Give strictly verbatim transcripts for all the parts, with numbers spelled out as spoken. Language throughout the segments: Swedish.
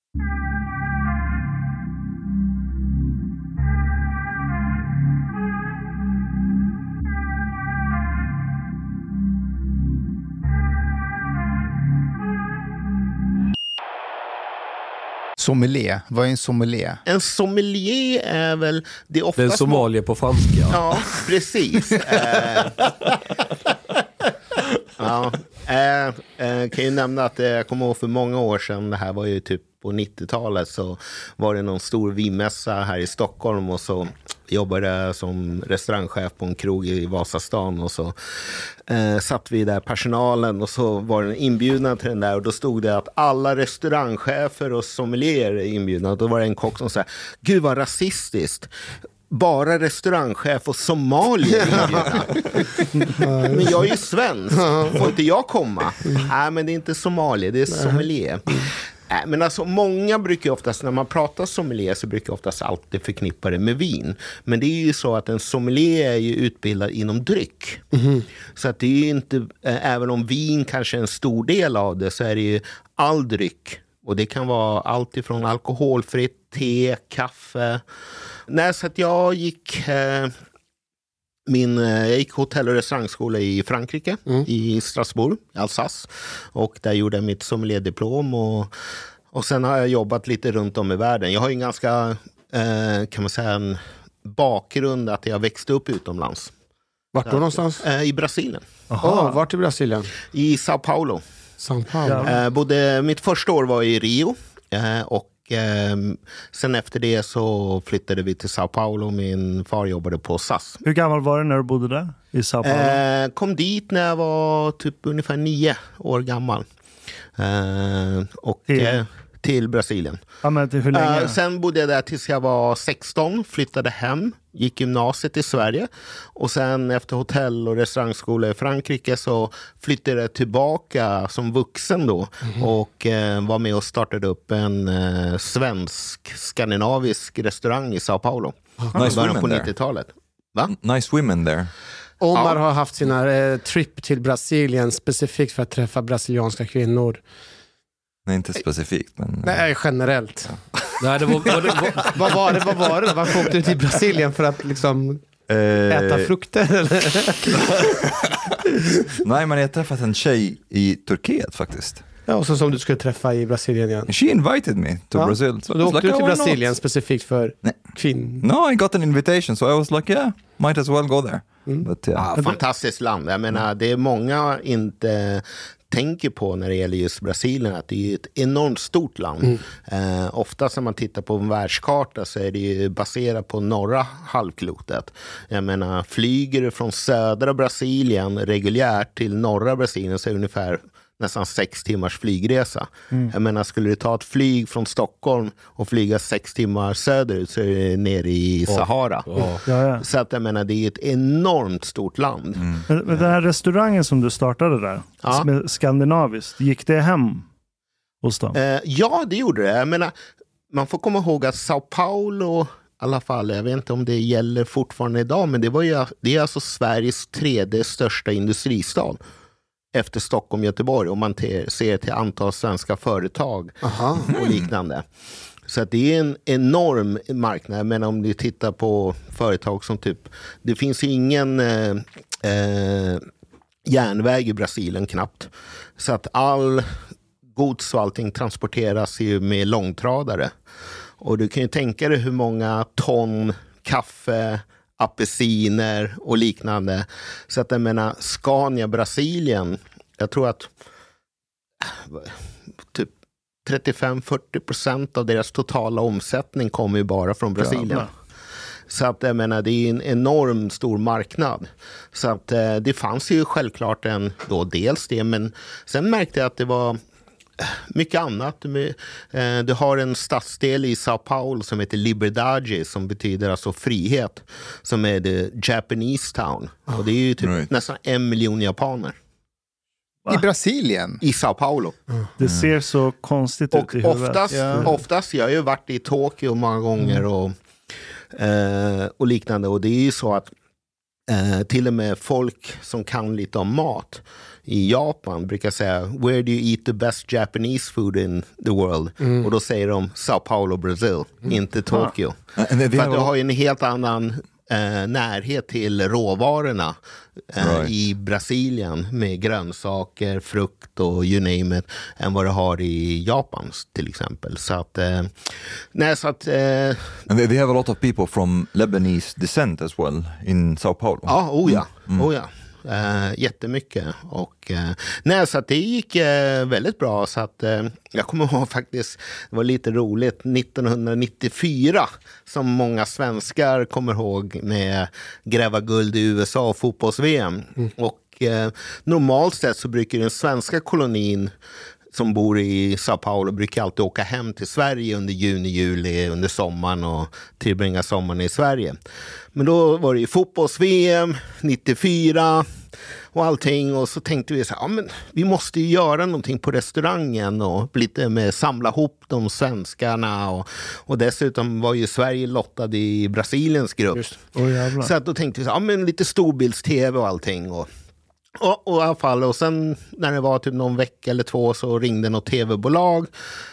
Sommelier, vad är en sommelier? En sommelier är väl... Det är, det är somalier på franska. Ja, precis. eh, ja, eh, eh, kan ju nämna att eh, jag kommer ihåg för många år sedan, det här var ju typ på nittiotalet, så var det någon stor vinmässa här i Stockholm och så jobbade jag som restaurangchef på en krog i Vasastan och så eh, satt vi där personalen och så var den inbjudna till den där och då stod det att alla restaurangchefer och sommelier är inbjudna och då var det en kock som sa, gud vad rasistiskt. Bara restaurangchef och somalier inbjudna. Men jag är ju svensk, får inte jag komma? Nej, men det är inte somalier, det är sommelier. Äh, men alltså många brukar oftast, när man pratar sommelier så brukar oftast alltid förknippa det med vin. Men det är ju så att en sommelier är ju utbildad inom dryck. Mm. Så att det är ju inte, äh, även om vin kanske är en stor del av det så är det ju all dryck. Och det kan vara allt ifrån alkoholfritt, te, kaffe. Nej, så att jag gick... Äh, Min, jag gick hotell- och restaurangskola i Frankrike, mm. i Strasbourg, i Alsace. Och där gjorde jag mitt sommelierdiplom och, och sen har jag jobbat lite runt om i världen. Jag har ju en ganska, eh, kan man säga, en bakgrund att jag växte upp utomlands. Vart då någonstans? Eh, I Brasilien. Jaha, vart i Brasilien? I São Paulo. São Paulo. Eh, både, mitt första år var i Rio eh, och sen efter det så flyttade vi till São Paulo. Min far jobbade på S A S. Hur gammal var du när du bodde där i São Paulo? Eh, kom dit när jag var typ ungefär nio år gammal. Eh, och till, eh, till Brasilien. Ja, men till hur länge? Eh, sen bodde jag där tills jag var sexton. Flyttade hem. Gick gymnasiet i Sverige. Och sen efter hotell- och restaurangskola i Frankrike så flyttade jag tillbaka som vuxen då. Mm. Och eh, var med och startade upp en eh, svensk, skandinavisk restaurang i São Paulo. Oh, nice början på nittiotalet. Va? Nice women there. Omar ja. har haft sina eh, trip till Brasilien specifikt för att träffa brasilianska kvinnor. Nej, inte specifikt, men... Nej, generellt. Ja. Nej, det var, var, det, var, vad var det? Vad var det? Varför åkte du till Brasilien för att liksom eh... äta frukter? Eller? Nej, men jag har träffat en tjej i Turkiet faktiskt. Ja, och så som du skulle träffa i Brasilien igen. She invited me to ja. Brazil. Så då åkte like, du till Brasilien specifikt för kvinnor? No, I got an invitation, so I was like, yeah, might as well go there. Mm. But, yeah. Ja, fantastiskt land. Jag menar, det är många inte... tänker på när det gäller just Brasilien att det är ett enormt stort land. Mm. Eh, ofta när man tittar på en världskarta så är det ju baserat på norra halvklotet. Jag menar, flyger du från södra Brasilien reguljärt till norra Brasilien så är det ungefär nästan sex timmars flygresa. Mm. Jag menar, skulle du ta ett flyg från Stockholm och flyga sex timmar söderut så är det nere i Sahara. Oh. Oh. Ja, ja. Så att jag menar, det är ett enormt stort land. Mm. Men, men den här restaurangen som du startade där, ja. med skandinaviskt, gick det hem hos dem? Eh, ja, det gjorde det. Jag menar, man får komma ihåg att São Paulo, i alla fall, jag vet inte om det gäller fortfarande idag, men det, var ju, det är alltså Sveriges tredje största industristad. Efter Stockholm och Göteborg om man te- ser till antal svenska företag Aha. och liknande. Så att det är en enorm marknad. Men om du tittar på företag som typ... Det finns ju ingen eh, eh, järnväg i Brasilien knappt. Så att all gods och allting transporteras ju med långtradare. Och du kan ju tänka dig hur många ton kaffe... apelsiner och liknande. Så att jag menar, Scania Brasilien, jag tror att typ trettiofem till fyrtio procent av deras totala omsättning kommer ju bara från Brasilien. Ja, så att jag menar, det är en enorm stor marknad. Så att eh, det fanns ju självklart en, då dels det, men sen märkte jag att det var mycket annat. Du har en stadsdel i São Paulo som heter Liberdade, som betyder alltså frihet, som är the Japanese town. Och det är ju typ right. nästan en miljon japaner. Va? I Brasilien? I São Paulo. Mm. Det ser så konstigt och ut i huvudet. Oftast, yeah. oftast, jag har ju varit i Tokyo många gånger och, eh, och liknande. Och det är ju så att eh, till och med folk som kan lite om mat i Japan brukar säga, where do you eat the best Japanese food in the world? Mm. Och då säger de Sao Paulo, Brazil, mm. inte Tokyo. Ah. För att du har ju en helt annan eh, närhet till råvarorna eh, right. i Brasilien med grönsaker, frukt och you name it, än vad du har i Japan till exempel. Så att, eh, nej, så att... Eh, And they have a lot of people from Lebanese descent as well in Sao Paulo. Ja, oh ja, mm. oh ja. Uh, jättemycket och uh, nej, så att det gick uh, väldigt bra, så att uh, jag kommer ihåg faktiskt, det var lite roligt nittonhundranittiofyra som många svenskar kommer ihåg med gräva guld i U S A och fotbolls-V M mm. och uh, normalt sett så brukar den svenska kolonin som bor i Sao Paulo brukar alltid åka hem till Sverige under juni, juli, under sommaren och tillbringa sommaren i Sverige. Men då var det ju fotbolls-V M nittiofyra och allting, och så tänkte vi så här, ja, men vi måste ju göra någonting på restaurangen och lite med samla ihop de svenskarna, och, och dessutom var ju Sverige lottad i Brasiliens grupp. Oh, så att då tänkte vi så här, ja, men lite storbilds-tv och allting, och Och, och i alla fall, och sen när det var typ någon vecka eller två så ringde något tv-bolag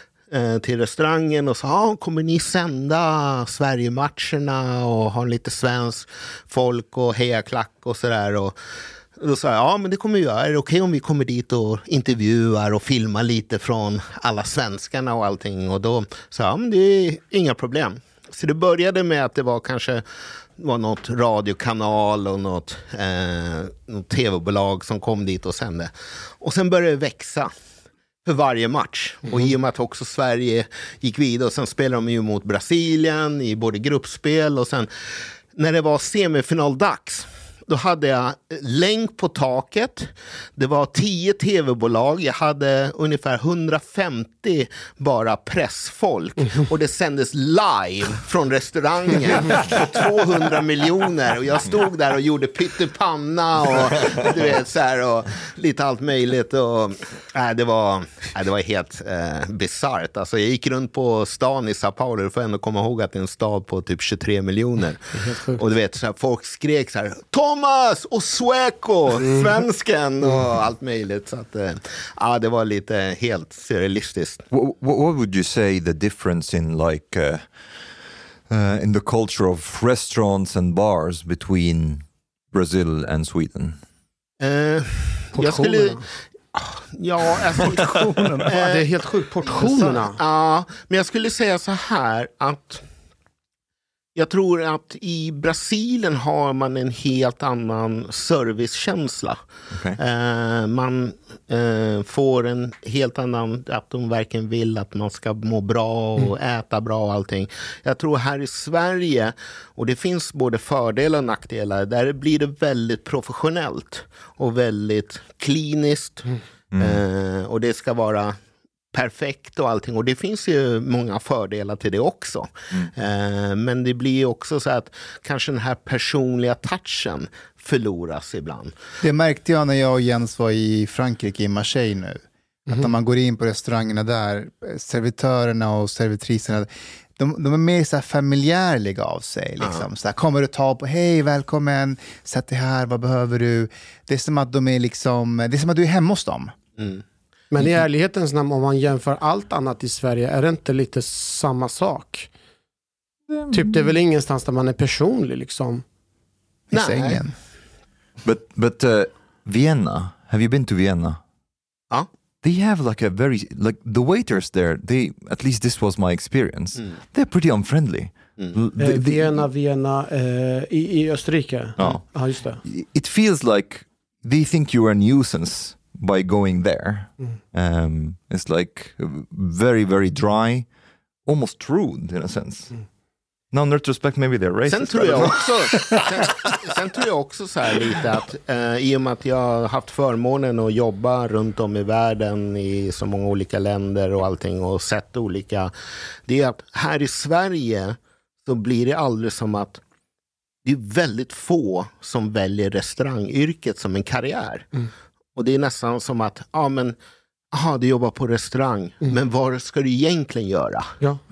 eh, till restaurangen och sa, ah, kommer ni sända Sverige-matcherna och ha lite svensk folk och hejaklack och sådär, och då sa jag, ja men det kommer vi göra, är det okej om vi kommer dit och intervjuar och filmar lite från alla svenskarna och allting, och då sa jag, ja men det är inga problem. Så det började med att det var kanske var något radiokanal och något, eh, något tv-bolag som kom dit och sände. Och sen började det växa för varje match. Mm. Och i och med att också Sverige gick vidare, och sen spelade de ju mot Brasilien i både gruppspel, och sen när det var semifinaldags, då hade jag länk på taket. Det var tio tv-bolag. Jag hade ungefär hundrafemtio bara pressfolk. Och det sändes live från restaurangen på tvåhundra miljoner. Och jag stod där och gjorde pyttipanna och du vet så här, och lite allt möjligt. Och, äh, det, var, äh, det var helt äh, bizarrt. Alltså, jag gick runt på stan i Sao Paulo. Du får ändå komma ihåg att det är en stad på typ tjugotre miljoner. Och du vet, så här, folk skrek så här, Thomas och Sueco, svensken och allt möjligt. Så att, äh, ja, det var lite helt surrealistiskt. What, what would you say the difference in like uh, uh, in the culture of restaurants and bars between Brazil and Sweden? Uh, jag skulle... Ja, alltså, portionerna. Det är helt sjukt, portionerna. Ja, men jag skulle säga så här att jag tror att i Brasilien har man en helt annan servicekänsla. Okay. Eh, man eh, får en helt annan, att de verkligen vill att man ska må bra och mm. äta bra och allting. Jag tror här i Sverige, och det finns både fördelar och nackdelar, där blir det väldigt professionellt och väldigt kliniskt. Mm. Eh, och det ska vara perfekt och allting, och det finns ju många fördelar till det också. Mm. Eh, men det blir ju också så att kanske den här personliga touchen förloras ibland. Det märkte jag när jag och Jens var i Frankrike, i Marseille nu. Mm. Att när man går in på restaurangerna där, servitörerna och servitriserna, de, de är mer så här familjärliga av sig. Liksom. Så här, kommer du ta på, hej, välkommen, sätt dig här, vad behöver du? Det är som att de är liksom, det är som att du är hemma hos dem. Mm. Men i ärlighetens namn, om man jämför allt annat i Sverige, är det inte lite samma sak? Mm. Typ det är väl ingenstans där man är personlig liksom. I sängen. But, but uh, Vienna, have you been to Vienna? Ja. They have like a very, like the waiters there, they, at least this was my experience, mm. they're pretty unfriendly. Mm. The, the, Vienna, Vienna, uh, i, i Österrike. Ja. Ja, just det. It feels like they think you are a nuisance by going there. Mm. Um, it's like very, very dry, almost rude in a sense. Mm. Now in retrospect, maybe they're racist. Sen tror jag också, sen, sen tror jag också så här lite att eh, i och med att jag har haft förmånen att jobba runt om i världen i så många olika länder och allting och sett olika, det är att här i Sverige så blir det aldrig som att det är väldigt få som väljer restaurangyrket som en karriär. Mm. Och det är nästan som att, ja men, aha, du jobbar på restaurang, mm. men vad ska du egentligen göra? Ja. Mm.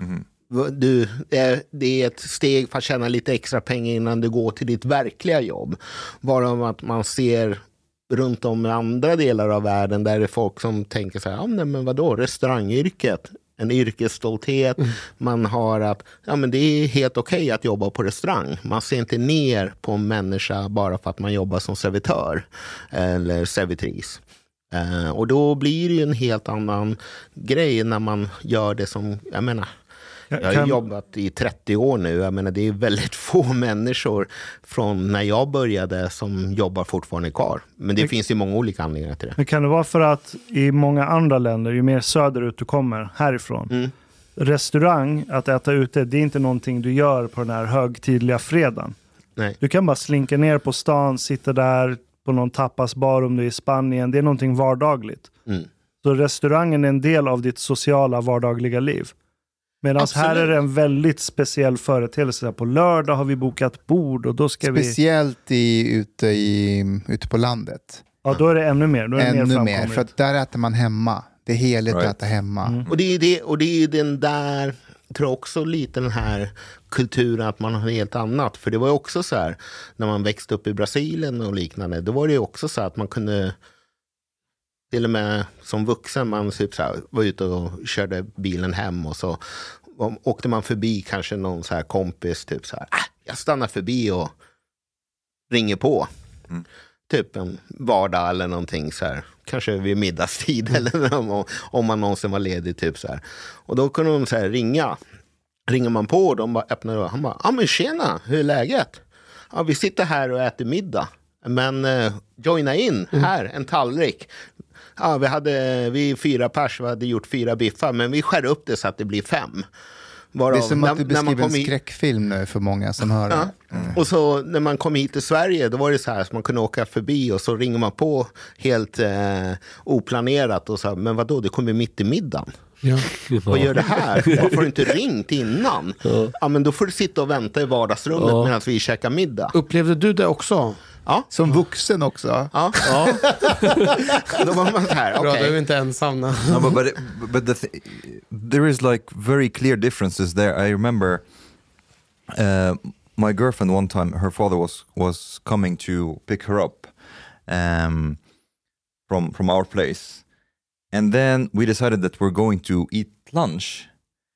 du, det är ett steg för att tjäna lite extra pengar innan du går till ditt verkliga jobb. Bara om att man ser runt om i andra delar av världen där det är folk som tänker så här, ja men vadå, restaurangyrket, en yrkesstolthet, mm. man har att, ja men det är helt okej okay att jobba på restaurang. Man ser inte ner på en människa bara för att man jobbar som servitör eller servitris. Uh, och då blir det ju en helt annan grej när man gör det som, jag menar, jag har kan... jobbat i trettio år nu. Jag menar, det är väldigt få människor från när jag började som jobbar fortfarande kvar. Men det, det finns ju många olika anledningar till det. Men kan det vara för att i många andra länder, ju mer söderut du kommer härifrån, mm. restaurang, att äta ute, det är inte någonting du gör på den här högtidliga fredagen. Nej. Du kan bara slinka ner på stan, sitta där på någon tapasbar om du är i Spanien. Det är någonting vardagligt. Mm. Så restaurangen är en del av ditt sociala vardagliga liv. Medan här är det en väldigt speciell företeelse. På lördag har vi bokat bord och då ska Speciellt vi... i, ute, i, ute på landet. Ja, då är det ännu mer. Då är det ännu mer, mer, för att där äter man hemma. Det är heligt right. att äta hemma. Mm. Och, det är det, och det är den där, tror jag också lite den här kulturen att man har helt annat. För det var ju också så här, när man växte upp i Brasilien och liknande, då var det ju också så här att man kunde... Till och med som vuxen, man typ så här, var ute och körde bilen hem och så åkte man förbi kanske någon så här kompis typ så här, ah, jag stannar förbi och ringer på. Mm. Typ en vardag eller någonting så här, kanske vid middagstid mm. eller om, om man någonsin var ledig typ så här. Och då kunde de så här ringa. Ringer man på och de bara öppnar och han bara, ja ah, men tjena, hur är läget? Ja, vi sitter här och äter middag. Men eh, joina in här, en tallrik. Ja, vi hade vi fyra pers, vi hade gjort fyra biffar, men vi skär upp det så att det blir fem. Varav, det är som att du beskriver en hit... skräckfilm nu för många som hör ja. det. Mm. Och så när man kom hit till Sverige, då var det så här att man kunde åka förbi och så ringer man på helt eh, oplanerat och så, men vadå, det kommer mitt i middagen. Ja. Vad gör det här? Varför har du inte ringt innan? Ja. Ja, men då får du sitta och vänta i vardagsrummet ja. medan vi käkar middag. Upplevde du det också? Ja. Som vuxen också. Ja. ja. Då var man så här, okej. Okay. Du är inte ensam. No, but but, it, but the th- there is like very clear differences there. I remember uh, my girlfriend one time, her father was was coming to pick her up um, from from our place. And then we decided that we're going to eat lunch.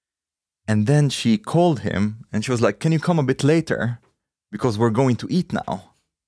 And then she called him and she was like, can you come a bit later? Because we're going to eat now.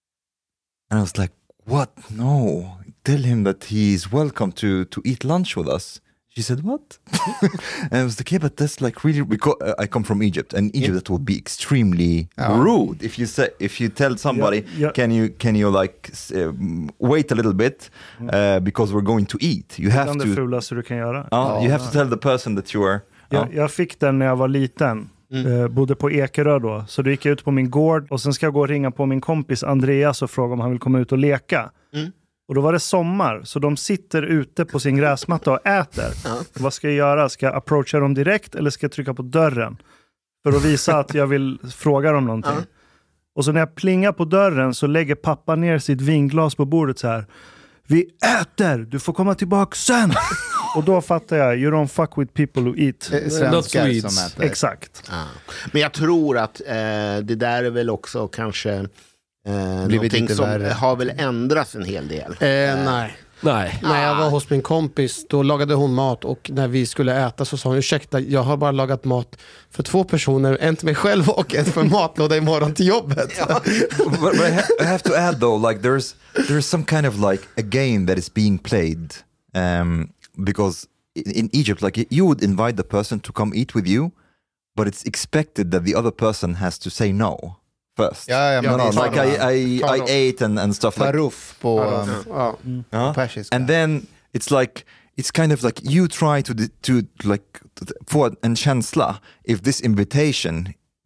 And I was like, what? No. Tell him that he's welcome to, to eat lunch with us. She said, what? And I was like, yeah, but that's like really... Because uh, I come from Egypt. And Egypt, yeah. that would be extremely oh. rude. If you say, if you tell somebody, yeah, yeah. can you can you like uh, wait a little bit uh, because we're going to eat? You have to... Det fulaste du kan göra. Uh, ja, you have to tell the person that you are... Jag, uh. jag fick den när jag var liten. Mm. Eh, bodde på Ekerö då. Så då gick jag ut på min gård. Och sen ska jag gå och ringa på min kompis Andreas och fråga om han vill komma ut och leka. Mm. Och då var det sommar. Så de sitter ute på sin gräsmatta och äter. Ja. Vad ska jag göra? Ska jag approacha dem direkt eller ska jag trycka på dörren? För att visa att jag vill fråga dem någonting. Ja. Och så när jag plingar på dörren så lägger pappa ner sitt vinglas på bordet så här. Vi äter! Du får komma tillbaka sen! Och då fattar jag, you don't fuck with people who eat. Svenskar som äter. Exakt. Ja. Men jag tror att eh, det där är väl också kanske eh, någonting som värre. har väl ändrats en hel del. Eh, nej. Nej. När jag var hos min kompis, då lagade hon mat och när vi skulle äta så sa hon, ursäkta, jag har bara lagat mat för två personer, en till mig själv och en för matlåda imorgon till jobbet. Ja. but, but I, ha- I have to add though, like there's there's some kind of like a game that is being played um, because in, in Egypt, like you would invite the person to come eat with you, but it's expected that the other person has to say no. First. Ja, ja, men no, no, like I, I, I ate and, and stuff like Faruf på, um, ja. mm. ja. persiska. And then it's like it's kind of like you try to to like få en känsla if this invitation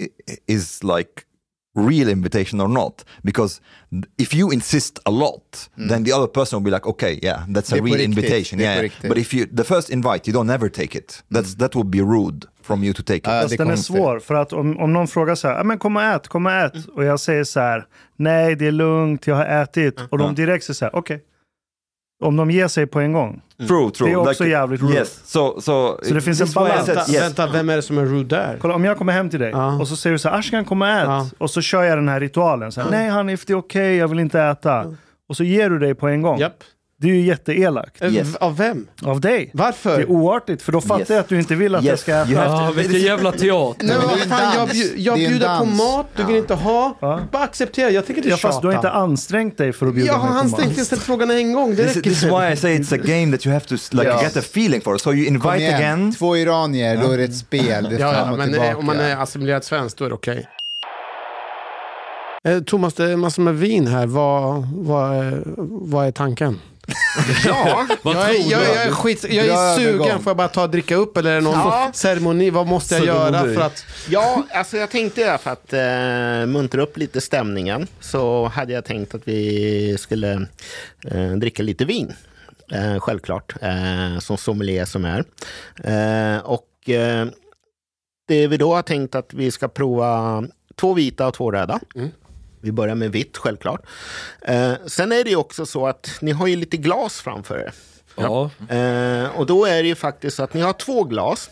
is like real invitation or not, because if you insist a lot mm. then the other person will be like okay, yeah, that's a real invitation, yeah, but if you the first invite you don't ever take it, that's mm. that would be rude from you to take it. Uh, den är svår för att om, om någon frågar så här, men kom och ät, kom och ät mm. och jag säger så här, nej det är lugnt, jag har ätit mm. och de direkt säger så här, okej. Okay. Om de ger sig på en gång. Mm. True, true. Det är också like, jävligt rude. Yes, so, so, så det finns en balans. Vänta, yes. vänta, vem är det som är rude där? Kolla, om jag kommer hem till dig ja. och så säger du så här, Ashkan kom och ät. Ja. Och så kör jag den här ritualen. Så här, nej Hanif, det är okej, okay, jag vill inte äta. Ja. Och så ger du dig på en gång. Japp. Det är ju jätteelakt. Yes. Av vem? Av dig. Varför? Det är oartigt, för då fattar yes. jag att du inte vill att yes. jag ska äta. Ja, vilken jävla teater. Nej, men fan, jag, bjud, jag bjuder på mat, du vill inte ha. Ja. Bara acceptera, jag tänker inte ja, tjata. Fast du har inte ansträngt dig för att bjuda jag mig på mat. Jag har ansträngt dig, ställt frågan en gång. Det this, this is why I say it's a game that you have to like, yes. get a feeling for. So you invite again. Två iranier, då är det ett spel. Det ja, fram och men tillbaka. Om man är assimilerad svensk, då är det okej. Okay. Thomas, det är massor med vin här. Vad, vad, vad är tanken? Ja, jag, är, jag, jag är skit, jag är sugen. Får jag bara ta och dricka upp eller är det någon ja. ceremoni? Vad måste jag så göra för att... Ja, alltså jag tänkte för att äh, muntra upp lite stämningen så hade jag tänkt att vi skulle äh, dricka lite vin. Äh, självklart, äh, som sommelier som är. Äh, och äh, det vi då har tänkt att vi ska prova två vita och två röda. Mm. Vi börjar med vitt, självklart. Eh, sen är det ju också så att ni har ju lite glas framför er. Ja. Eh, och då är det ju faktiskt så att ni har två glas.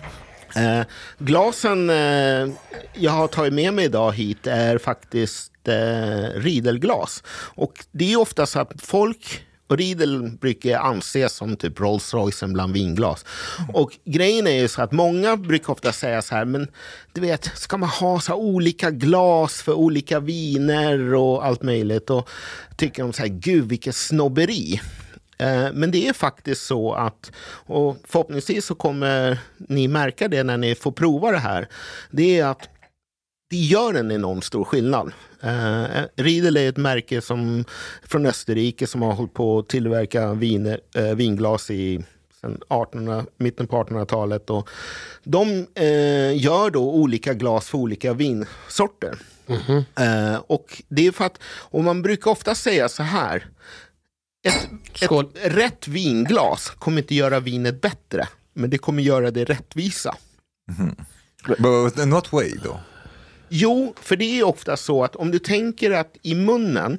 Eh, glasen eh, jag har tagit med mig idag hit är faktiskt eh, Riedelglas. Och det är ju ofta så att folk... Och Riedel brukar anses som typ Rolls-Royce bland vinglas. Och grejen är ju så att många brukar ofta säga så här, men du vet, ska man ha så här olika glas för olika viner och allt möjligt? Och tycker de så här, gud vilket snobberi. Eh, men det är faktiskt så att, och förhoppningsvis så kommer ni märka det när ni får prova det här. Det är att det gör en enormt stor skillnad. Uh, Riedel är ett märke som, från Österrike som har hållit på att tillverka viner, uh, vinglas i sen artonhundra, mitten på artonhundratalet. Och de uh, gör då olika glas för olika vinsorter. Mm-hmm. Uh, och det är för att, och man brukar ofta säga så här, ett, ett rätt vinglas kommer inte göra vinet bättre, men det kommer göra det rättvisa. Mm-hmm. But in what way då? Jo, för det är ofta så att om du tänker att i munnen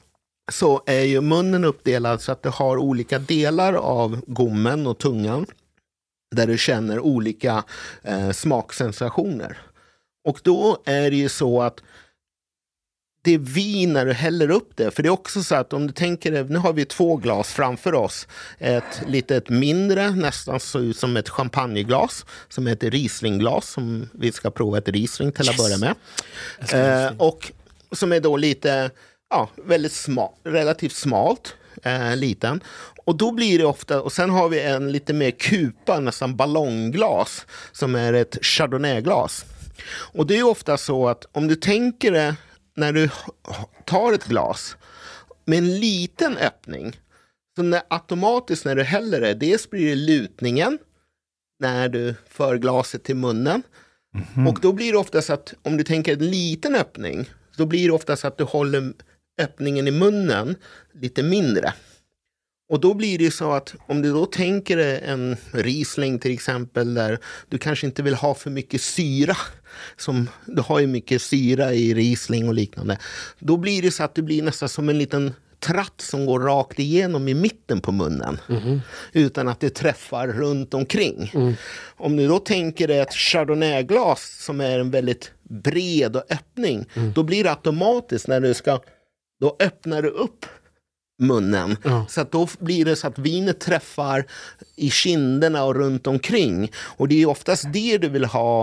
så är ju munnen uppdelad så att det har olika delar av gommen och tungan där du känner olika eh, smaksensationer. Och då är det ju så att det är vin när du häller upp det. För det är också så att om du tänker, nu har vi två glas framför oss. Ett litet mindre, nästan så ut som ett champagneglas. Som är ett Rieslingglas som vi ska prova ett Riesling till att yes. börja med. Eh, och som är då lite, ja, väldigt smal, relativt smalt. Eh, liten. Och då blir det ofta, och sen har vi en lite mer kupa, nästan ballongglas. Som är ett chardonnayglas. Och det är ofta så att om du tänker det, när du tar ett glas med en liten öppning, så när, automatiskt när du häller det, dels blir det lutningen när du för glaset till munnen. Mm-hmm. Och då blir det ofta så att om du tänker en liten öppning, då blir det ofta så att du håller öppningen i munnen lite mindre. Och då blir det så att om du då tänker en Riesling till exempel där du kanske inte vill ha för mycket syra, som du har ju mycket syra i Riesling och liknande, då blir det så att det blir nästan som en liten tratt som går rakt igenom i mitten på munnen. Mm. Utan att det träffar runt omkring. Mm. Om du då tänker ett chardonnayglas som är en väldigt bred och öppning, mm. då blir det automatiskt när du ska, då öppnar du upp munnen. Mm. Så att då blir det så att vinet träffar i kinderna och runt omkring. Och det är oftast det du vill ha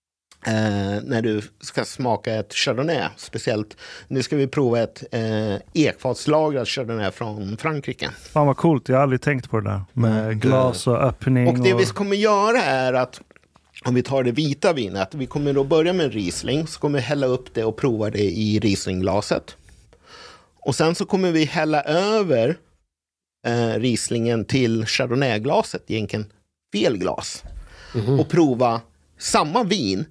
eh, när du ska smaka ett chardonnay. Speciellt, nu ska vi prova ett eh, ekfatslagrat chardonnay från Frankrike. Fan vad coolt, jag har aldrig tänkt på det där. Med mm. glas och öppning. Och det och... vi kommer göra är att om vi tar det vita vinet, vi kommer då börja med en Riesling, så kommer vi hälla upp det och prova det i Rieslingglaset. Och sen så kommer vi hälla över eh, Rieslingen till Chardonnayglaset, egentligen fel glas. Mm-hmm. Och prova samma vin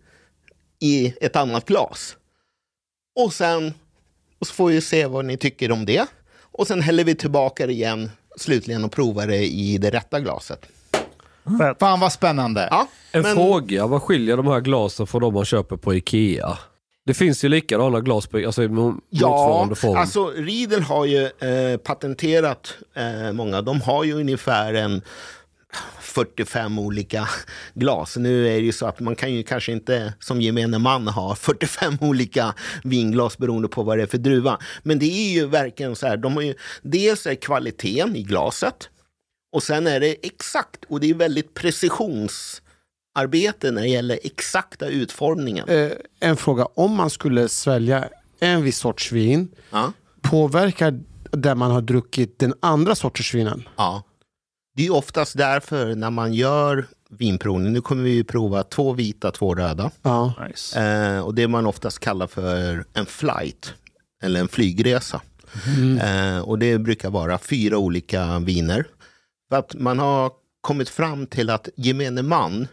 i ett annat glas. Och sen och så får vi se vad ni tycker om det. Och sen häller vi tillbaka det igen slutligen och provar det i det rätta glaset. Mm. Fan vad spännande. Ja, en men... fråga, vad skiljer de här glasen från de man köper på Ikea? Det finns ju likadana glas på, alltså, mo- Ja, motsvarande form. alltså Riedel har ju eh, patenterat eh, många. De har ju ungefär en fyrtiofem olika glas. Nu är det ju så att man kan ju kanske inte som gemene man ha fyrtiofem olika vinglas beroende på vad det är för druva. Men det är ju verkligen så här, de har ju, dels är kvaliteten i glaset och sen är det exakt, och det är väldigt precisionsarbete när det gäller exakta utformningen. Eh, en fråga, om man skulle svälja en viss sorts vin, Ja. påverkar där man har druckit den andra sorters vinen? Ja. Det är oftast därför när man gör vinprovning, nu kommer vi ju prova två vita, två röda. Ja. Nice. Eh, och det man oftast kallar för en flight, eller en flygresa. Mm. Eh, och det brukar vara fyra olika viner. För att man har kommit fram till att gemene man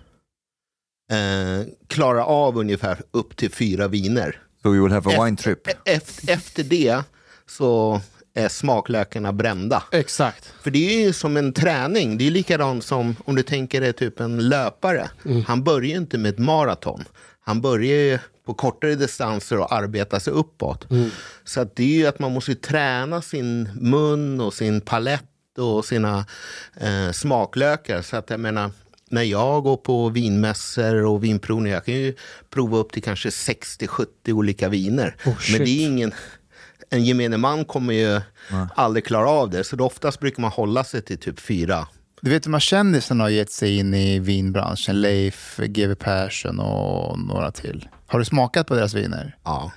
eh, klarar av ungefär upp till fyra viner. So you will have a wine trip. Efter, efter det så är smaklökarna brända. Exakt. För det är ju som en träning. Det är likadant som om du tänker dig typ en löpare. Mm. Han börjar inte med ett maraton. Han börjar ju på kortare distanser och arbeta sig uppåt. Mm. Så att det är ju att man måste träna sin mun och sin palett och sina eh, smaklökar. Så att jag menar, när jag går på vinmässor och vinprovningar, jag kan ju prova upp till kanske sextio sjuttio olika viner. Oh, shit. Men det är ingen... En gemene man kommer ju aldrig klara av det. Så då oftast brukar man hålla sig till typ fyra. Du vet hur man kändisen har gett sig in i vinbranschen? Leif, G W Persson och några till. Har du smakat på deras viner? Ja.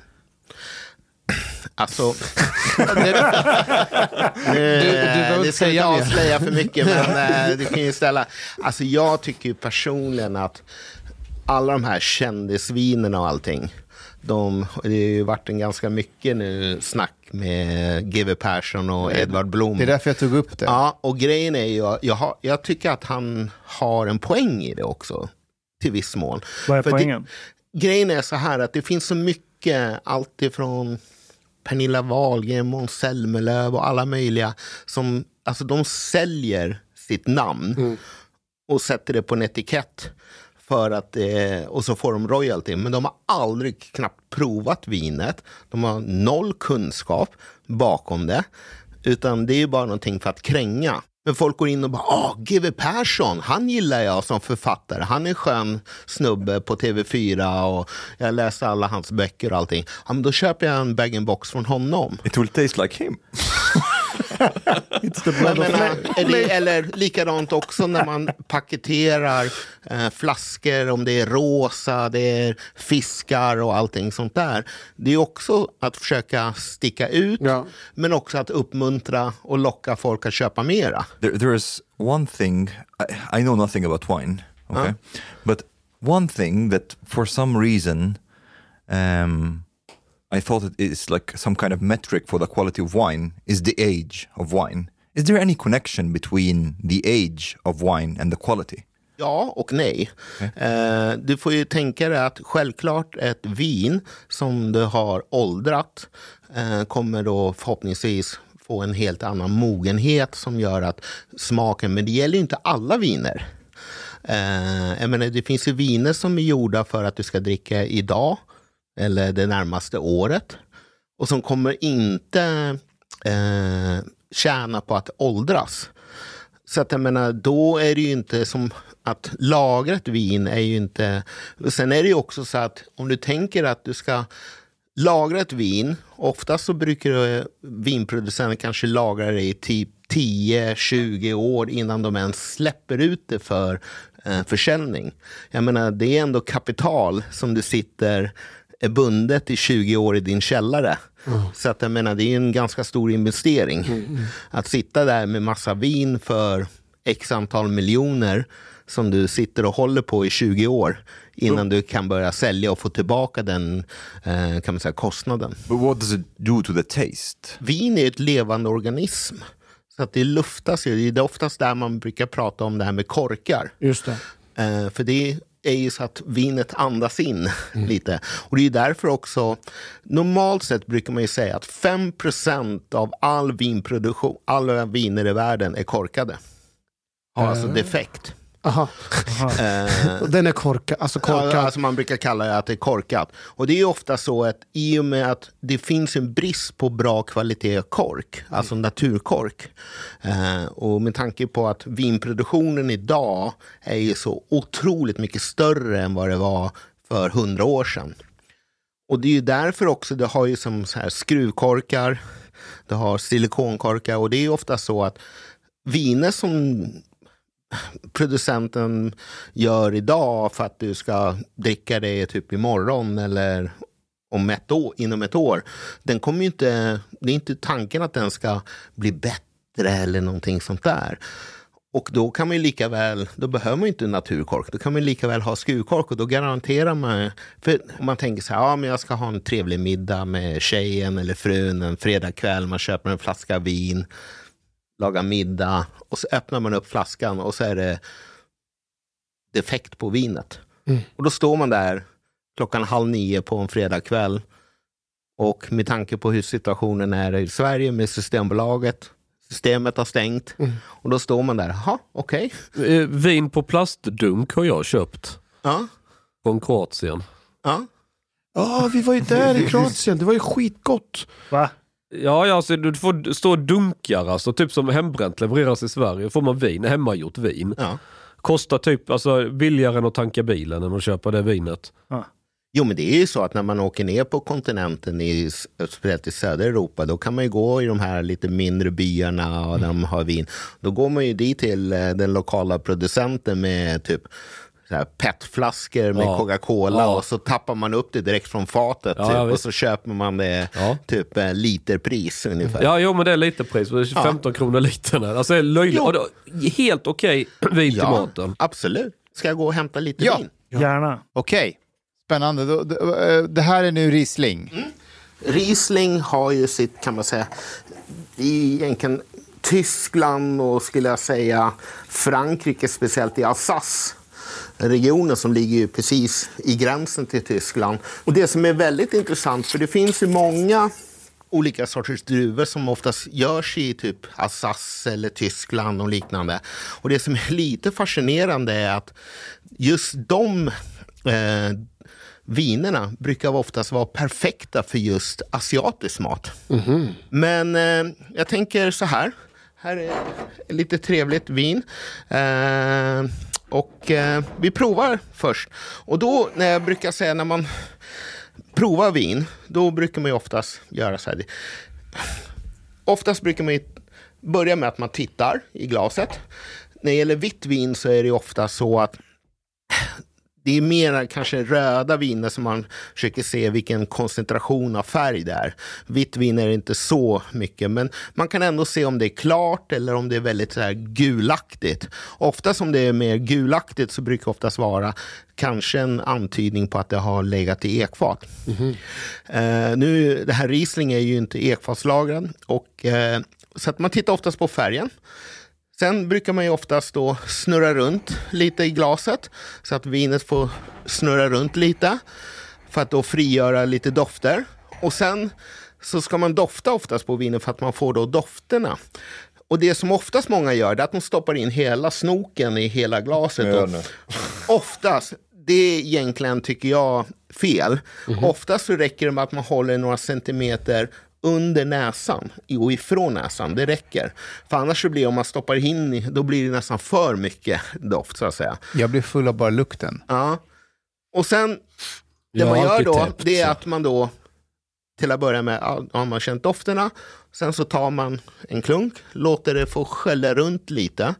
Alltså... Du, du behöver det inte ska inte säga mer. avslöja för mycket, men eh, du kan ju ställa... Alltså jag tycker ju personligen att alla de här kändisvinerna och allting, de, det har ju varit en ganska mycket nu snack med G W Persson och Edvard Blom. Det är därför jag tog upp det. Ja, och grejen är ju, jag, har, jag tycker att han har en poäng i det också, till viss mån. Vad är För poängen? Det, grejen är så här att det finns så mycket, allt ifrån Pernilla Wahlgren, Måns Zelmerlöw och alla möjliga, som, alltså de säljer sitt namn Mm. och sätter det på en etikett för att, eh, och så får de royalty. Men de har aldrig knappt provat vinet. De har noll kunskap bakom det. Utan det är ju bara någonting för att kränga. Men folk går in och bara, ah, G W Persson, han gillar jag som författare. Han är en skön snubbe på T V fyra och jag läser alla hans böcker och allting. Ja, men då köper jag en bag-in-box från honom. It will taste like him. It's the Jag blood of menar, life. är det, eller likadant också när man paketerar eh, flaskor, om det är rosa, det är fiskar och allting sånt där. Det är också att försöka sticka ut, Ja. men också att uppmuntra och locka folk att köpa mera. There, there is one thing, I, I know nothing about wine, okay? Huh? But one thing that for some reason um, I thought it is like some kind of metric for the quality of wine is the age of wine. Is there any connection between the age of wine and the quality? Ja och nej. Eh, du får ju tänka dig att självklart ett vin som du har åldrat eh, kommer då förhoppningsvis få en helt annan mogenhet som gör att smaken, men det gäller ju inte alla viner. Eh, jag menar, det finns ju viner som är gjorda för att du ska dricka idag eller det närmaste året och som kommer inte eh, tjäna på att åldras. Så att jag menar, då är det ju inte som att lagra ett vin är ju inte... Sen är det ju också så att om du tänker att du ska lagra ett vin, oftast så brukar vinproducenter kanske lagra det i typ tio tjugo år innan de ens släpper ut det för eh, försäljning. Jag menar, det är ändå kapital som du sitter är bundet i tjugo år i din källare. Mm. Så att jag menar, det är en ganska stor investering. Mm. Att sitta där med massa vin för x antal miljoner som du sitter och håller på i tjugo år innan mm. du kan börja sälja och få tillbaka den eh, kan man säga, kostnaden. But what does it do to the taste? Vin är ett levande organism. Så att det luftas ju. Det är oftast där man brukar prata om det här med korkar. Just det. Eh, för det är ju så att vinet andas in mm. lite. Och det är därför också, normalt sett brukar man ju säga att fem procent av all vinproduktion, alla viner i världen är korkade. Har alltså defekt. Aha. Eh, Den är korkad, alltså korkad. Ja, alltså man brukar kalla det att det är korkat. Och det är ofta så att i och med att det finns en brist på bra kvalitet kork, alltså naturkork. Eh, och med tanke på att vinproduktionen idag är ju så otroligt mycket större än vad det var för hundra år sedan. Och det är ju därför också, det har ju som så här skruvkorkar, det har silikonkorkar, och det är ju ofta så att viner som producenten gör idag för att du ska dricka det typ imorgon eller om ett år, inom ett år, den kommer ju inte, det är inte tanken att den ska bli bättre eller någonting sånt där. Och då kan man ju lika väl, då behöver man ju inte naturkork, då kan man lika väl ha skruvkork, och då garanterar man, för om man tänker så här, ja men jag ska ha en trevlig middag med tjejen eller frun en fredagkväll, man köper en flaska vin, lagar middag, och så öppnar man upp flaskan och så är det defekt på vinet. Mm. Och då står man där klockan halv nio på en fredagkväll, och med tanke på hur situationen är i Sverige med Systembolaget, systemet har stängt, mm. och då står man där, jaha, okej. Okay. Eh, vin på plastdunk har jag köpt. Ja. Från Kroatien. Ja. Ja, vi var ju där i Kroatien, det var ju skitgott. Va? Ja, ja, alltså, du får stå dunkar, alltså, typ som hembränt levereras i Sverige. Får man vin, hemmagjort vin. Ja. Kostar typ alltså, billigare än att tanka bilen när man köper det vinet. Ja. Jo, men det är ju så att när man åker ner på kontinenten, i, speciellt i södra Europa, då kan man ju gå i de här lite mindre byarna och de har vin. Då går man ju dit till den lokala producenten med typ så här petflaskor med ja. Coca-Cola, ja. Och så tappar man upp det direkt från fatet, ja, typ, och så köper man det ja. typ literpris ungefär. Ja, jo, men det är literpris, femton ja. kronor litern. Alltså det är löjligt. Då, helt okej okay, vin ja, till maten. Absolut. Ska jag gå och hämta lite ja. vin? Ja. Gärna. Okej. Okay. Spännande. Det här är nu Riesling. Mm. Riesling har ju sitt, kan man säga, i egentligen Tyskland och skulle jag säga Frankrike, speciellt i Alsace regionen som ligger ju precis i gränsen till Tyskland. Och det som är väldigt intressant, för det finns ju många olika sorters druvor som oftast görs i typ Alsace eller Tyskland och liknande. Och det som är lite fascinerande är att just de eh, vinerna brukar oftast vara perfekta för just asiatisk mat. Mm-hmm. Men eh, jag tänker så här. Här är lite trevligt vin. Eh, och eh, vi provar först. Och då, när jag brukar säga, när man provar vin, då brukar man ju oftast göra så här. Oftast brukar man ju börja med att man tittar i glaset. När det gäller vitt vin så är det ofta så att det är mer kanske röda viner som man försöker se vilken koncentration av färg det är. Vitt vin är inte så mycket, men man kan ändå se om det är klart eller om det är väldigt så här gulaktigt. Ofta som det är mer gulaktigt så brukar det oftast vara kanske en antydning på att det har legat i ekfat. Mm-hmm. Uh, nu, det här Riesling är ju inte ekfatslagrad, och uh, så att man tittar oftast på färgen. Sen brukar man ju oftast då snurra runt lite i glaset så att vinet får snurra runt lite för att då frigöra lite dofter. Och sen så ska man dofta oftast på vinet för att man får då dofterna. Och det som oftast många gör är att de stoppar in hela snoken i hela glaset. Och oftast, det är egentligen, tycker jag, fel. Mm-hmm. Oftast så räcker det med att man håller några centimeter under näsan och ifrån näsan, det räcker. För annars så blir, om man stoppar in, då blir det nästan för mycket doft, så att säga. Jag blir full av bara lukten. Ja. Och sen, det jag man gör då, täppt, det är så. Att man då, till att börja med, ja, har man känt dofterna, sen så tar man en klunk, låter det få skölja runt lite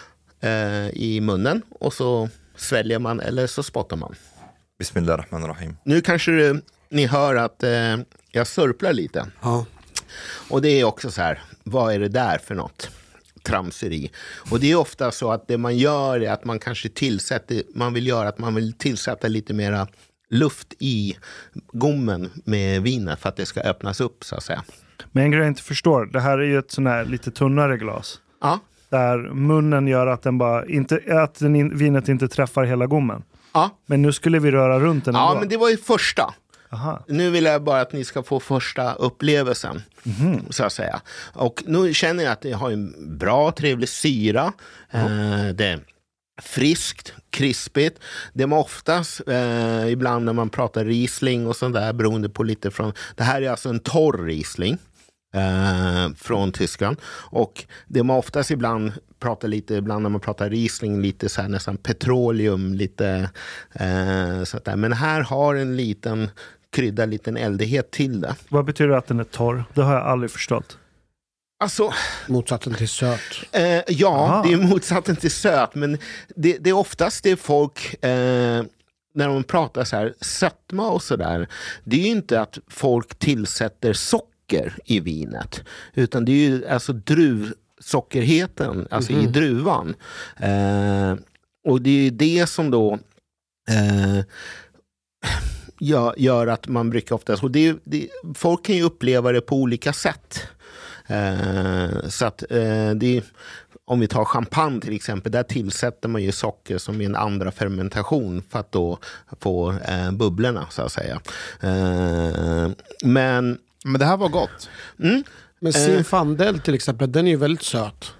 eh, i munnen, och så sväljer man, eller så spottar man. Bismillahirrahmanirrahim. Nu kanske du, ni hör att eh, jag sörplar lite. Ja. Och det är också så här, vad är det där för något? Tramseri. Och det är ofta så att det man gör är att man kanske tillsätter, man vill göra att man vill tillsätta lite mera luft i gommen med vinet för att det ska öppnas upp, så att säga. Men en grej jag inte förstår, det här är ju ett sån här lite tunnare glas. Ja. Där munnen gör att den bara inte, att den in, vinet inte träffar hela gommen. Ja. Men nu skulle vi röra runt den. Ja, ändå. men det var ju första. Aha. Nu vill jag bara att ni ska få första upplevelsen, mm. så att säga. Och nu känner jag att det har en bra, trevlig syra. Mm. Eh, det friskt, krispigt. Det är oftast, eh, ibland när man pratar Riesling och sånt där, beroende på lite från... Det här är alltså en torr Riesling eh, från Tyskland. Och det man oftast ibland pratar lite, ibland när man pratar Riesling, lite så här nästan petroleum, lite eh, så där. Men här har en liten krydda, liten eldighet till det. Vad betyder det att den är torr? Det har jag aldrig förstått. Alltså, motsatsen till söt. Eh, ja, Aha. det är motsatsen till söt, men det, det är oftast det folk, eh, när de pratar så här, sötma och sådär, det är ju inte att folk tillsätter socker i vinet, utan det är ju alltså druvsockerheten, alltså mm-hmm. i druvan. Eh, och det är ju det som då eh, gör, gör att man brukar oftast, och det, det, folk kan ju uppleva det på olika sätt. Uh, så att uh, det, om vi tar champagne till exempel, där tillsätter man ju socker som är en andra fermentation för att då få uh, bubblorna så att säga. Uh, men Men det här var gott. Mm, men Zinfandel till exempel, den är ju väldigt söt.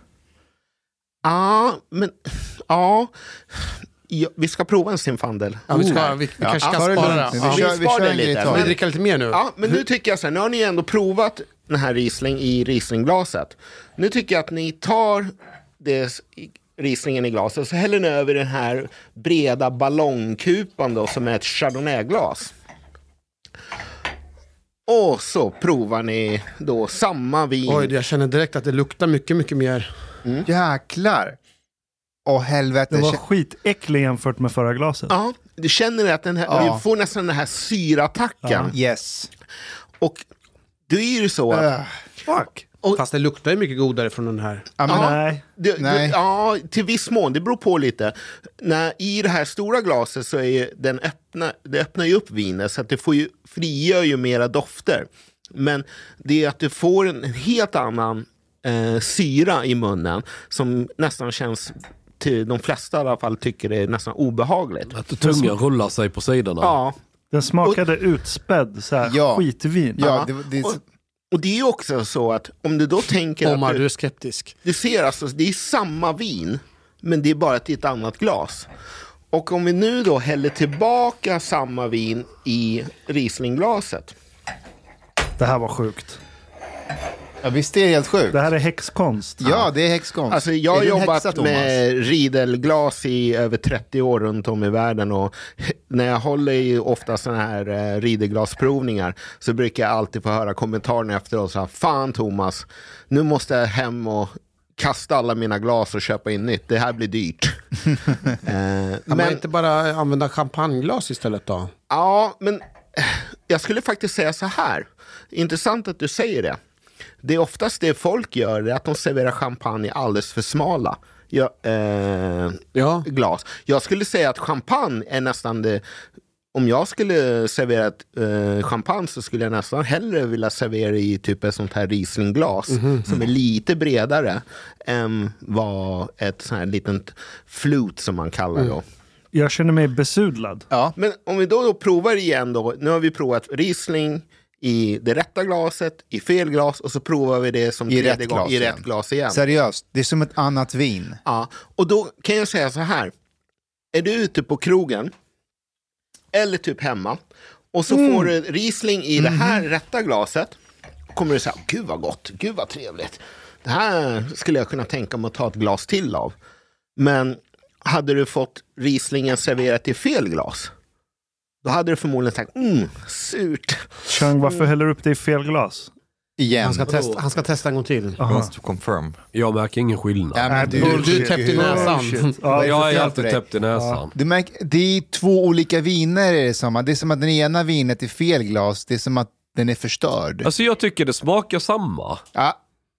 Ja, men ja. Ja, vi ska prova en Zinfandel. Ja, vi, ska, vi, vi Ja. kanske Ja. ska Ta det spara lugnt. det. Vi Ja. kör- vi sparar kör det en lite. lite. Ska vi Men, dricka lite mer nu? ja, men nu tycker jag så här, nu har ni ändå provat den här Riesling i Rieslingglaset. Nu tycker jag att ni tar det Rieslingen i glaset och så häller ni över den här breda ballongkupan då, som är ett Chardonnay-glas. Och så provar ni då samma vin. Oj, jag känner direkt att det luktar mycket, mycket mer. Jäklar. Åh helvete. Den var Kä- skitäcklig jämfört med förra glaset. Ja, du känner att den här, Ja. du får nästan den här syratacken. Yes. Och då är det så att Äh, Fuck. Och- Fast det luktar ju mycket godare från den här. ja, men, Ja. Nej. Det, Nej. det, ja, till viss mån. Det beror på lite. När, I det här stora glaset så är ju den öppna, det öppnar ju upp vinet så att det får ju, frigör ju mera dofter. Men det är att du får en, en helt annan eh, syra i munnen som nästan känns, till de flesta i alla fall, tycker det är nästan obehagligt. Att tungan rullar sig på sidorna. Ja, Den smakade utspädd så här, Ja. skitvin. ja, det, det, och, och det är ju också så att om du då tänker Omar, att du du, är skeptisk. du ser alltså, det är samma vin, men det är bara till ett annat glas. Och om vi nu då häller tillbaka samma vin i Rieslingglaset. Det här var sjukt. ja, visst är det helt sjukt. Det här är häxkonst. Ja, det är häxkonst. Alltså jag har Är du en jobbat häxa, Thomas? med Riedelglas i över trettio år runt om i världen, och när jag håller i ofta sådana här eh, Riedelglasprovningar så brukar jag alltid få höra kommentarerna efteråt så här: fan Thomas, nu måste jag hem och kasta alla mina glas och köpa in nytt. Det här blir dyrt. eh, Kan man men inte bara använda champagneglas istället då? ja, men eh, jag skulle faktiskt säga så här. Intressant att du säger det. Det är oftast det folk gör, det är att de serverar champagne i alldeles för smala ja, eh, Ja. glas. Jag skulle säga att champagne är nästan det. Om jag skulle servera ett eh, champagne så skulle jag nästan hellre vilja servera i typ ett sånt här Rieslingglas Mm-hmm. som är lite bredare än vad ett sånt här litet flut som man kallar det. Mm. Jag känner mig besudlad. Ja. Men om vi då, då provar igen då. Nu har vi provat Riesling i det rätta glaset, i fel glas, och så provar vi det som I tredje rätt gång glas i igen. rätt glas igen. Seriöst, det är som ett annat vin. Ja, och då kan jag säga så här. Är du ute på krogen eller typ hemma och så får du Riesling i det här rätta glaset, kommer du säga, gud vad gott, gud vad trevligt. Det här skulle jag kunna tänka mig att ta ett glas till av. Men hade du fått Rieslingen serverat i fel glas, då hade du förmodligen sagt, mm, surt. Chang, varför häller du upp det i fel glas? Igen. Han ska, testa, han ska testa en gång till. Aha. Wants to confirm. Jag märker ingen skillnad. Ja, men Nej, du, du- Du är täppt i näsan. Bullshit. Vad är Ja, det Jag för är fel på alltid dig? täppt i näsan. Du märker, det är två olika viner är det som. Det är som att den ena vinet är fel glas. Det är som att den är förstörd. Alltså jag tycker det smakar samma. Ja.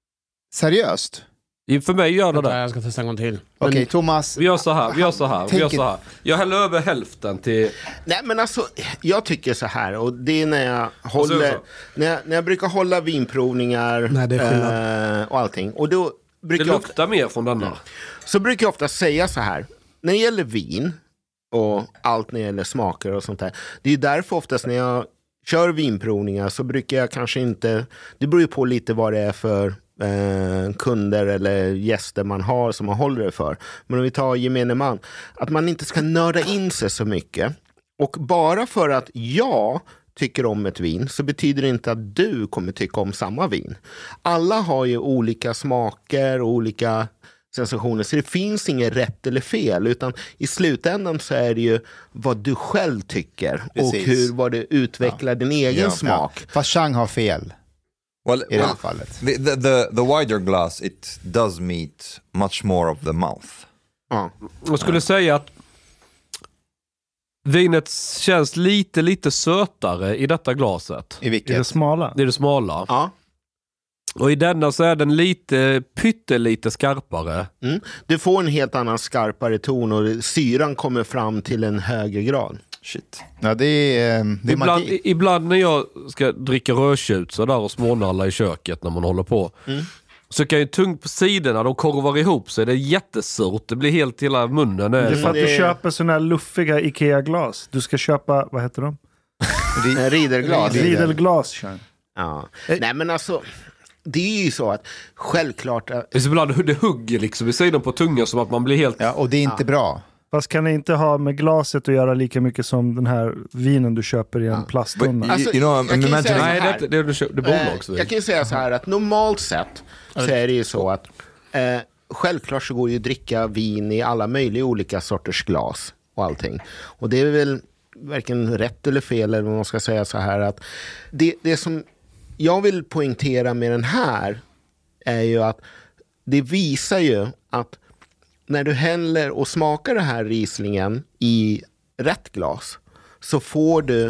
Seriöst? I- För mig gör det Vänta, det. jag ska testa en gång till. Okej, Thomas. Vi gör så här, vi gör så här, vi Take gör it. så här. Jag häller över hälften till... Nej, men alltså, jag tycker så här, och det är när jag håller, så. när jag, när jag brukar hålla vinprovningar Nej, det är skillnad. eh, och allting. Och då Det brukar jag ofta, luktar mer från denna. så brukar jag ofta säga så här, när det gäller vin och allt när det gäller smaker och sånt där. Det är därför oftast när jag kör vinprovningar så brukar jag kanske inte, det beror ju på lite vad det är för eh, kunder eller gäster man har som man håller det för. Men om vi tar gemene man, att man inte ska nörda in sig så mycket. Och bara för att jag tycker om ett vin så betyder det inte att du kommer tycka om samma vin. Alla har ju olika smaker och olika sensationer, så det finns inget rätt eller fel, utan i slutändan så är det ju vad du själv tycker. Precis. Och hur vad du utvecklar ja. din egen ja. smak. Ja. Fast Chang har fel. Well, i det här fallet. The, the, the, the wider glass, it does meet much more of the mouth. Ja. Jag skulle säga att vinet känns lite, lite sötare i detta glaset. I vilket? I det smala? Det är det smala. Ja. Och i denna så är den lite, pyttelite skarpare. Mm. Du får en helt annan skarpare ton och syran kommer fram till en högre grad. Shit. Ja, det är, det är ibland, magi. ibland när jag ska dricka rödtjut så där och smånalla i köket när man håller på. Mm. Så kan ju tungt på sidorna, de korvar ihop sig. Det är jättesurt. Det blir helt hela munnen. Det är för att det... du köper såna här luffiga Ikea-glas. Du ska köpa, vad heter de? Riederglas. Riedelglas, Chang. Ja. Nej men alltså, det är ju så att självklart... Det är så ibland det hugger liksom i sidan på tungan som att man blir helt... Ja, och det är inte ja. bra. Fast kan det inte ha med glaset att göra lika mycket som den här vinen du köper i en ja. plasttunna? Alltså, you know, jag kan säga nej, det, det, det, det är bolagsvin. Jag kan ju säga så här att normalt sett så är det ju så att eh, självklart så går det ju att dricka vin i alla möjliga olika sorters glas och allting. Och det är väl varken rätt eller fel, eller vad man ska säga så här att det, det som jag vill poängtera med den här är ju att det visar ju att när du häller och smakar den här Rieslingen i rätt glas så får du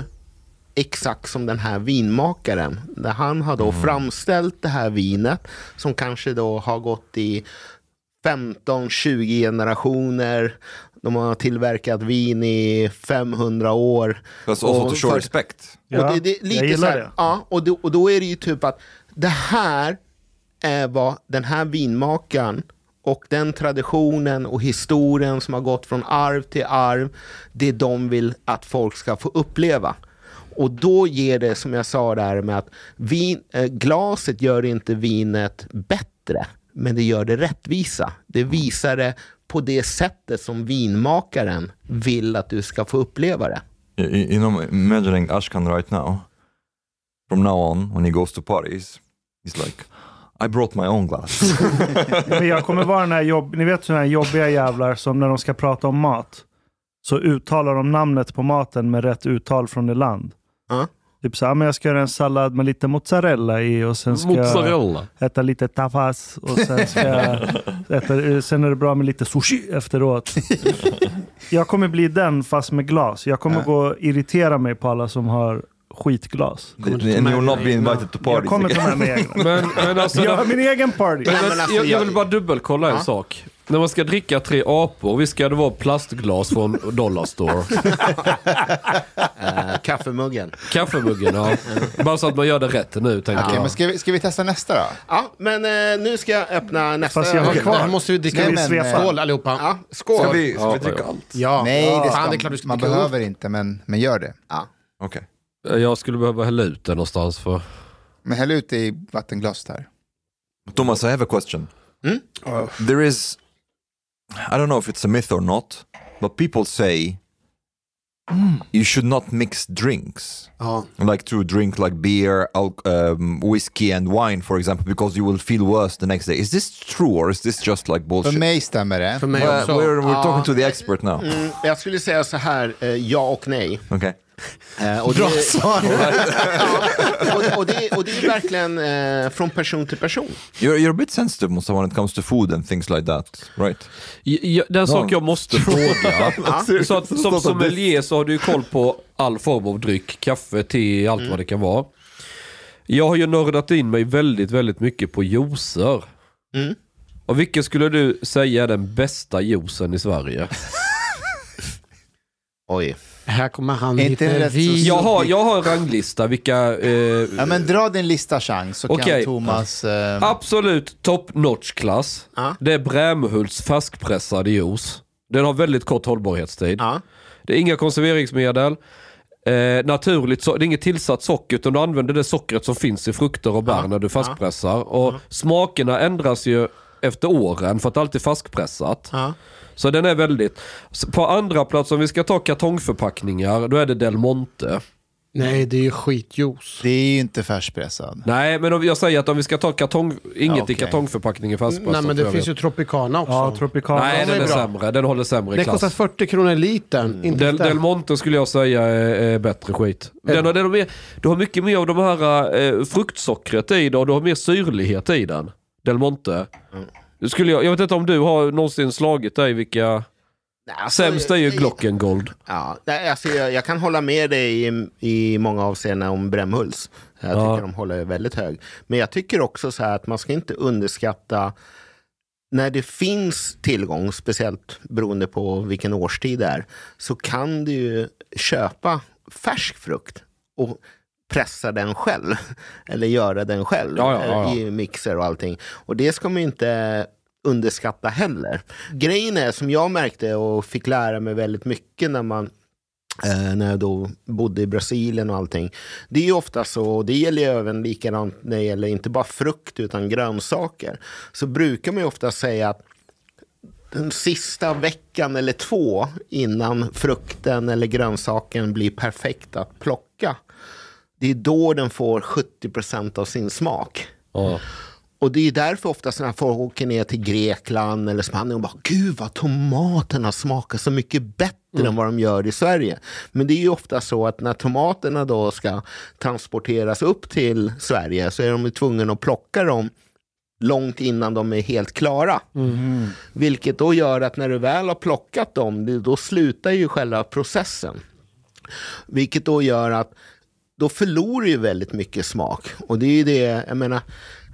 exakt som den här vinmakaren. Där han har då mm. framställt det här vinet som kanske då har gått i femton tjugo generationer. De har tillverkat vin i femhundra år. That's also to show för, respect. Ja, och det, det, lite jag gillar så här, det. Ja, och, då, och då är det ju typ att det här är vad den här vinmakaren och den traditionen och historien som har gått från arv till arv, det de vill att folk ska få uppleva. Och då ger det, som jag sa där, med att vin, äh, glaset gör inte vinet bättre, men det gör det rättvisa. Det visar det på det sättet som vinmakaren vill att du ska få uppleva det. You, you know, imagining Ashkan right now, from now on, when he goes to parties, he's like, I brought my own glass. Men jag kommer vara den här jobb, ni vet sådana här jobbiga jävlar som när de ska prata om mat så uttalar de namnet på maten med rätt uttal från det land. Uh. Typ så här, men jag ska göra en sallad med lite mozzarella i och sen ska mozzarella. jag äta lite tapas och sen ska jag äta, sen är det bra med lite sushi efteråt. Jag kommer bli den fast med glas. Jag kommer uh. gå och irritera mig på alla som har skitglas. And you will not be invited to parties. Jag kommer ta med mig egna. men, men alltså, jag har min egen party. Men, men alltså, jag, jag jag vill bara dubbelkolla en ja. sak. När man ska dricka tre apor, vi ska det vara plastglas från Dollar Store. uh, kaffemuggen. Kaffemuggen, ja. Bara så att man gör det rätt nu, tänker okay, jag. Men ska vi, ska vi testa nästa då? Ja, men uh, nu ska jag öppna nästa. Fast jag har kvar. Här måste vi dricka vi svepa. Skål allihopa. Ja, skål. Ska vi, ska ja, vi dricka ja. allt? Ja. Nej, det, ska, Fan, det är klart du ska man dricka behöver inte, men, men gör det. Ja. Okej. Okay. Jag skulle behöva hälla ut det någonstans för... Men häll ut det i vattenglas där. Thomas, I have a question. Mm? Oh. There is, I don't know if it's a myth or not, but people say mm. you should not mix drinks. Ja. Like to drink like beer, al- um, whiskey and wine, for example, because you will feel worse the next day. Is this true or is this just like bullshit? För mig stämmer det. För mig Well, också. we're we're Ja. talking to the expert now. Mm, jag skulle säga så här, eh, ja och nej. Okay. Eh, och, det, ja, och, och, det, och det är verkligen eh, från person till person. You're, you're a bit sensitive, Musa, when it comes to food and things like that, right? Ja, den sak jag måste fråga. Så att, som sommelier så har du ju koll på all form av dryck, kaffe, te, allt mm. vad det kan vara. Jag har ju nördat in mig väldigt, väldigt mycket på juicer. Mm. Och vilken skulle du säga är den bästa juicen i Sverige? Oj. Här kommer han Inte lite rätt så- vin. Jag har, jag har en ranglista vilka... Eh, Ja, men dra din lista, Chang, så Okej. kan Thomas... Eh, absolut top notch klass. Ja. Det är Brämhults färskpressade juice. Den har väldigt kort hållbarhetstid. Ja. Det är inga konserveringsmedel. Eh, naturligt, så, det är inget tillsatt socker utan du använder det sockret som finns i frukter och bär ja, när du fastpressar. Ja, och ja. Smakerna ändras ju efter åren för att det alltid är fastpressat. Ja. Så den är väldigt... På andra plats, om vi ska ta kartongförpackningar, då är det Del Monte. Nej, det är ju skitjuice. Det är ju inte färskpressad. Nej, men om jag säger att om vi ska ta kartong... Inget ja, okay. i kartongförpackningen fastpressat. Nej, men det finns ju Tropicana också. Ja, Tropicana. Nej, den är, är sämre. Den håller sämre i det klass. Det kostar fyrtio kronor litern. Mm. Inte Del, Del Monte skulle jag säga är, är bättre skit. Den, den, den, du har mycket mer av de här eh, fruktsockret i det och du har mer syrlighet i den. Del Monte. Mm. Skulle jag, jag vet inte om du har någonsin slagit dig vilka... Alltså, sämst är ju Glockengold. Ja, alltså jag, jag kan hålla med dig i, i många avseenden om Brämhulls. Jag ja. tycker de håller väldigt hög. Men jag tycker också så här att man ska inte underskatta när det finns tillgång, speciellt beroende på vilken årstid det är, så kan du ju köpa färsk frukt och pressa den själv. Eller göra den själv ja, ja, ja. i mixer och allting. Och det ska man ju inte... underskatta heller. Grejen är som jag märkte och fick lära mig väldigt mycket när man eh, när jag då bodde i Brasilien och allting. Det är ju ofta så, och det gäller ju även likadant när det gäller inte bara frukt utan grönsaker. Så brukar man ju ofta säga att den sista veckan eller två innan frukten eller grönsaken blir perfekt att plocka, det är då den får sjuttio procent av sin smak. Ja. Och det är därför ofta när folk åker ner till Grekland eller Spanien och bara, gud vad tomaterna smakar så mycket bättre mm. än vad de gör i Sverige. Men det är ju ofta så att när tomaterna då ska transporteras upp till Sverige så är de tvungna att plocka dem långt innan de är helt klara. Mm. Vilket då gör att när du väl har plockat dem, då slutar ju själva processen. Vilket då gör att då förlorar ju väldigt mycket smak. Och det är ju det, jag menar...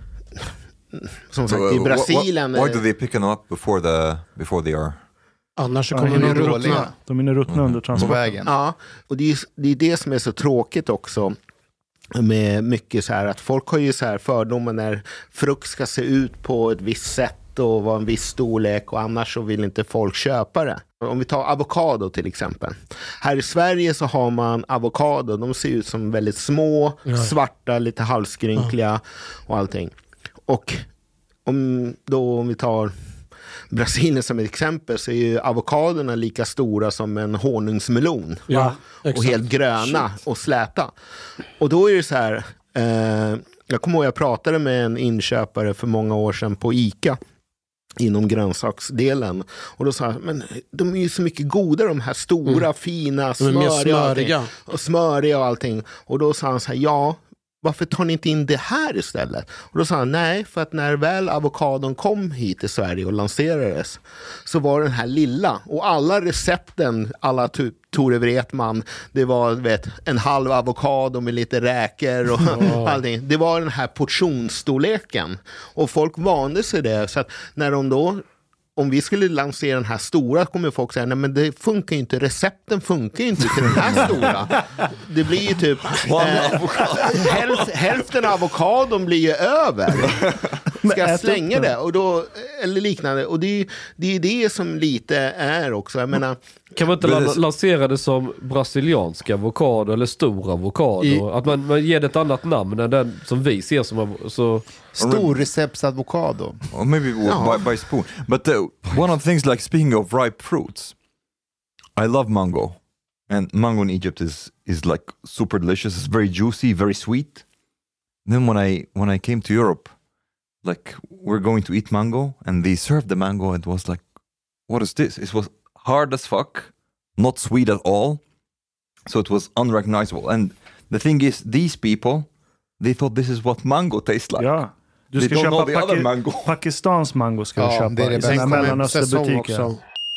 Som sagt, so, i Brasilien... Why, why do they pick them up before, the, before they are... Annars så kommer de ruttna. De är ruttna mm. under transporten. Ja, och det är, det är det som är så tråkigt också med mycket så här att folk har ju så här fördomar när frukt ska se ut på ett visst sätt och vara en viss storlek och annars så vill inte folk köpa det. Om vi tar avokado till exempel. Här i Sverige så har man avokado, de ser ut som väldigt små, ja. svarta, lite halvskrynkliga ja. och allting. Och om, då, om vi tar Brasilien som ett exempel så är ju avokadorna lika stora som en honungsmelon. Ja, och helt gröna Shit. och släta. Och då är det så här, eh, jag kommer ihåg jag pratade med en inköpare för många år sedan på ICA inom grönsaksdelen. Och då sa han, men de är ju så mycket godare de här stora, mm. fina, smöriga, smöriga. Och smöriga och allting. Och då sa han så här, ja, varför tar ni inte in det här istället? Och då sa han, nej, för att när väl avokadon kom hit till Sverige och lanserades så var den här lilla. Och alla recepten, alla typ Tore Wretman, det var vet, en halv avokado med lite räkor och oh. allting. Det var den här portionsstorleken. Och folk vande sig det. Så att när de då... Om vi skulle lansera den här stora kommer folk säga, nej men det funkar ju inte, recepten funkar ju inte till den här stora. Det blir ju typ eh, hälf, hälften av avokadon blir ju över. Ska jag slänga det? Och då, eller liknande. Och det är det, är det som lite är också. Jag menar, kan man inte la- lansera det som brasiliansk avokado eller stor avokado? I, att man, man ger det ett annat namn än den som vi ser som av, så... Stor receptsavokado. Or maybe no. by, by spoon. But uh, one of the things, like speaking of ripe fruits, I love mango. And mango in Egypt is, is like super delicious. It's very juicy, very sweet. Then when I when I came to Europe, like we're going to eat mango and they served the mango. It was like, what is this? It was hard as fuck, not sweet at all. So it was unrecognizable. And the thing is, these people, they thought this is what mango tastes like. Ja. Du ska köpa Paki- mango. Pakistans mango ska du ja, köpa. Det är det bästa. Mellanösterbutiker.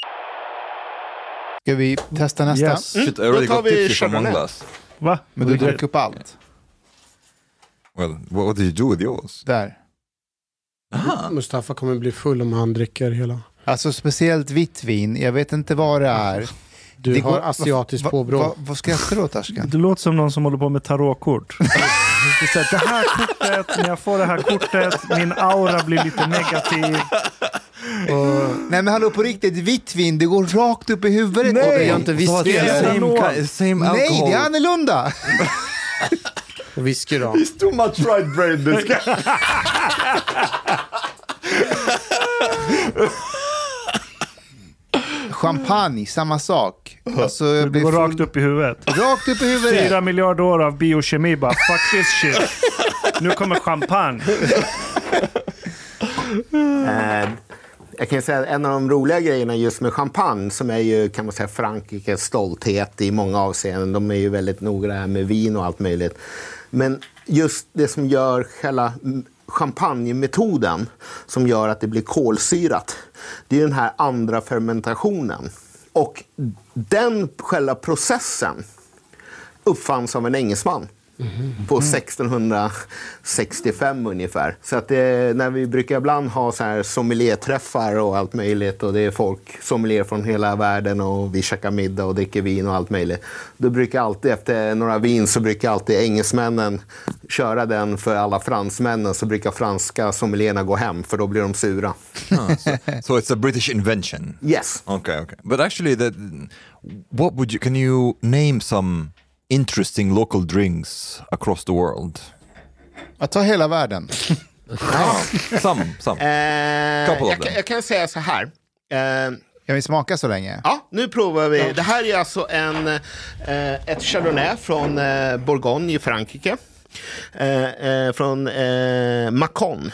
Ska vi testa nästa? Yes. Mm. Då tar vi Chardonnay. Va? Men du drack upp allt. Well, what did you do with yours? Där. Aha. Mustafa kommer bli full om han dricker hela. Alltså speciellt vitt vin. Jag vet inte vad det är. Du det har går, asiatiskt va, påbrå. va, va, vad ska jag äta då, Tarskan? Du låter som någon som håller på med tarotkort. Det, det här kortet, när jag får det här kortet, min aura blir lite negativ. Och, nej men hallå, på riktigt, vitt vin, det går rakt upp i huvudet. Nej, och Det är inte whisky. det är Same, etanol. ki- same nej, alcohol. det är annorlunda. Whisky då. It's too much right brain this guy. Champagne, samma sak. Alltså, jag Det blir går full- rakt upp i huvudet. Rakt upp i huvudet. Fyra miljarder år av biokemi bara, fuck this shit. Nu kommer champagne. Eh, jag kan säga att en av de roliga grejerna just med champagne, som är ju, kan man säga, Frankrikes stolthet i många avseenden. De är ju väldigt noga med vin och allt möjligt. Men just det som gör själva champagnemetoden, som gör att det blir kolsyrat, det är den här andra fermentationen. Och den själva processen uppfanns av en engelsman. På sextonhundrasextiofem ungefär. Så att det, när vi brukar ibland ha så här sommelierträffar och allt möjligt, och det är folk, sommelier från hela världen, och vi käkar middag och dricker vin och allt möjligt. Då brukar alltid, efter några vin, så brukar alltid engelsmännen köra den för alla fransmännen, så brukar franska sommelierna gå hem, för då blir de sura. Ah, so, so it's a British invention. Yes. Okay, okay. But actually, that what would you? Can you name some interesting local drinks across the world? Att ta hela världen. Some, some. Eh, Couple of jag, kan- them. jag kan säga så här. Eh, Kan vi smaka så länge? Ja, nu provar vi. Det här är alltså en, eh, ett Chardonnay från eh, Bourgogne i Frankrike. Eh, eh, från eh, Macon.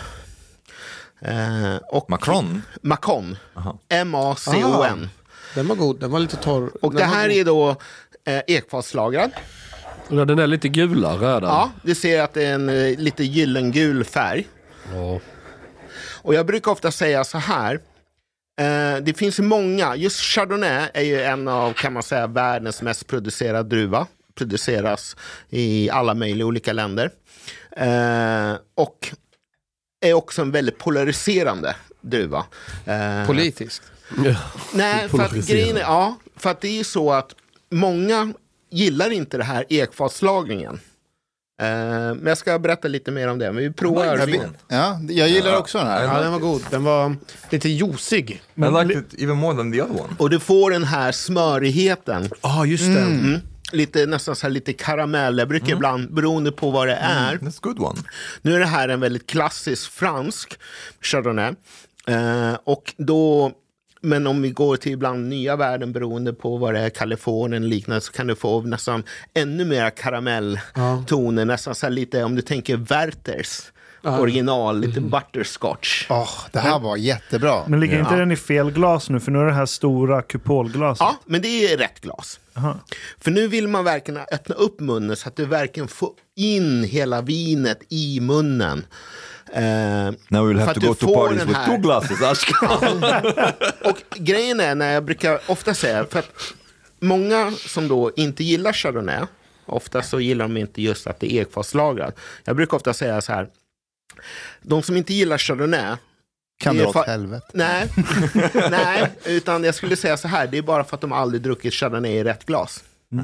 Eh, och Macron? Macon. Aha. M A C O N. Den var god, den var lite torr. Och det Den var här god. är då eh, ekfatslagrad. Ja, den är lite gulare är den. Ja, du ser att det är en eh, lite gyllengul färg. Ja. Och jag brukar ofta säga så här. Eh, det finns ju många. Just Chardonnay är ju en av, kan man säga, världens mest producerade druva. Produceras i alla möjliga olika länder. Eh, och är också en väldigt polariserande druva. Eh, Politiskt. Nej, för att grejen är, ja, för att det är ju så att många gillar inte det här ekfatslagringen. Eh, men jag ska berätta lite mer om det. Men vi provar. Jag, Nice vill- one. ja, jag gillar också den här. Ja, den var god. Den var lite juicig. I Men liked it even more than the other one. Och du får den här smörigheten. Ja, ah, just det. Mm. Lite, nästan så här lite karamell. Jag brukar ibland, beroende på vad det är. That's a good one. Nu är det här en väldigt klassisk fransk Chardonnay. Eh, och då, men om vi går till ibland nya världen, beroende på vad det är, Kalifornien liknande, så kan du få nästan ännu mer karamelltoner. Nästan så här lite, om du tänker Werthers original, lite butterscotch. Åh, det här var jättebra. Men ligger Ja. inte den i fel glas nu? För nu är det här stora kupolglaset. Ja, men det är rätt glas. Aha. För nu vill man verkligen öppna upp munnen så att du verkligen får in hela vinet i munnen. Eh, Now we'll för have att to du go to får parties den with här- two glasses, Ashkan. Och grejen är, när jag brukar ofta säga, för att många som då inte gillar Chardonnay, ofta så gillar de inte just att det är ekfatslagrad. Jag brukar ofta säga så här, de som inte gillar Chardonnay, Kan det dra är åt fa- helvete. Nej, nej, utan jag skulle säga så här, det är bara för att de aldrig druckit Chardonnay i rätt glas.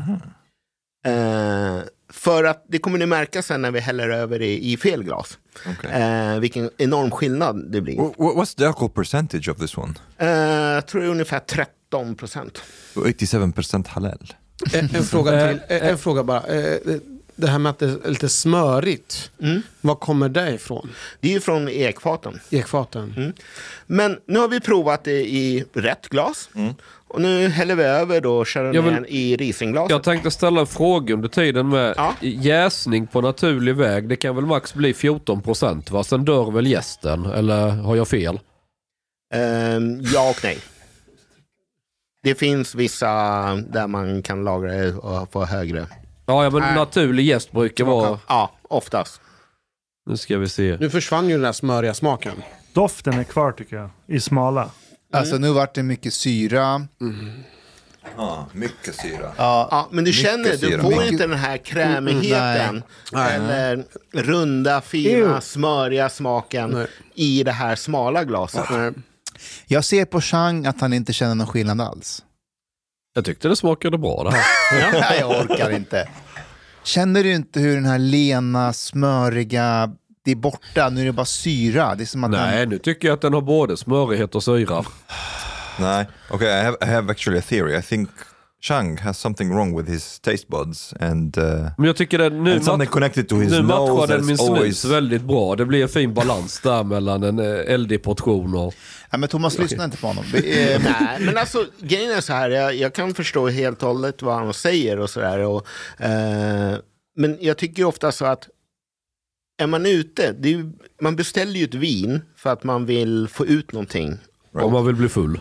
Eh, för att det kommer ni märka sen när vi häller över i, i fel glas. Okay. Eh, vilken enorm skillnad det blir. Wh- wh- What's the alcohol percentage of this one? Eh, jag tror det är ungefär tretton procent. eighty-seven percent halal. En, en fråga till. En, en fråga bara. Eh, Det här med att det är lite smörigt. Mm. Var kommer det ifrån? Det är ju från ekfaten. Ekfaten. Mm. Men nu har vi provat det i rätt glas. Och nu häller vi över då Chardonnayen Jag vill- i risingglaset. Jag tänkte ställa en fråga under tiden med Ja. jäsning på naturlig väg. Det kan väl max bli fjorton procent va? Sen dör väl gästen? Eller har jag fel? Ehm, ja och nej. Det finns vissa där man kan lagra det och få högre. Ja, ja men Nej. naturlig gäst brukar vara... Ja, oftast. Nu ska vi se. Nu försvann ju den där smöriga smaken. Doften är kvar tycker jag. I smala. Alltså nu vart det mycket syra. Ah, mycket syra. Ja, Ja, men du Mycket känner, du syra. får Mycket- inte den här krämigheten. Eller runda, fina, Ew. smöriga smaken Nej. i det här smala glaset. jag ser på Chang att han inte känner någon skillnad alls. Jag tyckte det smakade bra det här. Nej, jag orkar inte. Känner du inte hur den här lena, smöriga det är borta, nu är det bara syra. Det är som att Nej, den... nu tycker jag att den har både smörighet och syra. Nej, okay, I have, I have actually a theory. I think Chang has something wrong with his taste buds and, uh, Men jag tycker det, nu, and something mat- connected to his nu matchar nose. den min that's always... snus väldigt bra. Det blir en fin balans där mellan en eh, eldig portion och... Ja, men Thomas lyssnar inte på honom. Det är... Nej, men alltså grejen är så här, jag, jag kan förstå helt och hållet vad han säger och sådär. Eh, men jag tycker ofta så att är man ute, det är ju, man beställer ju ett vin för att man vill få ut någonting. Om man vill bli full.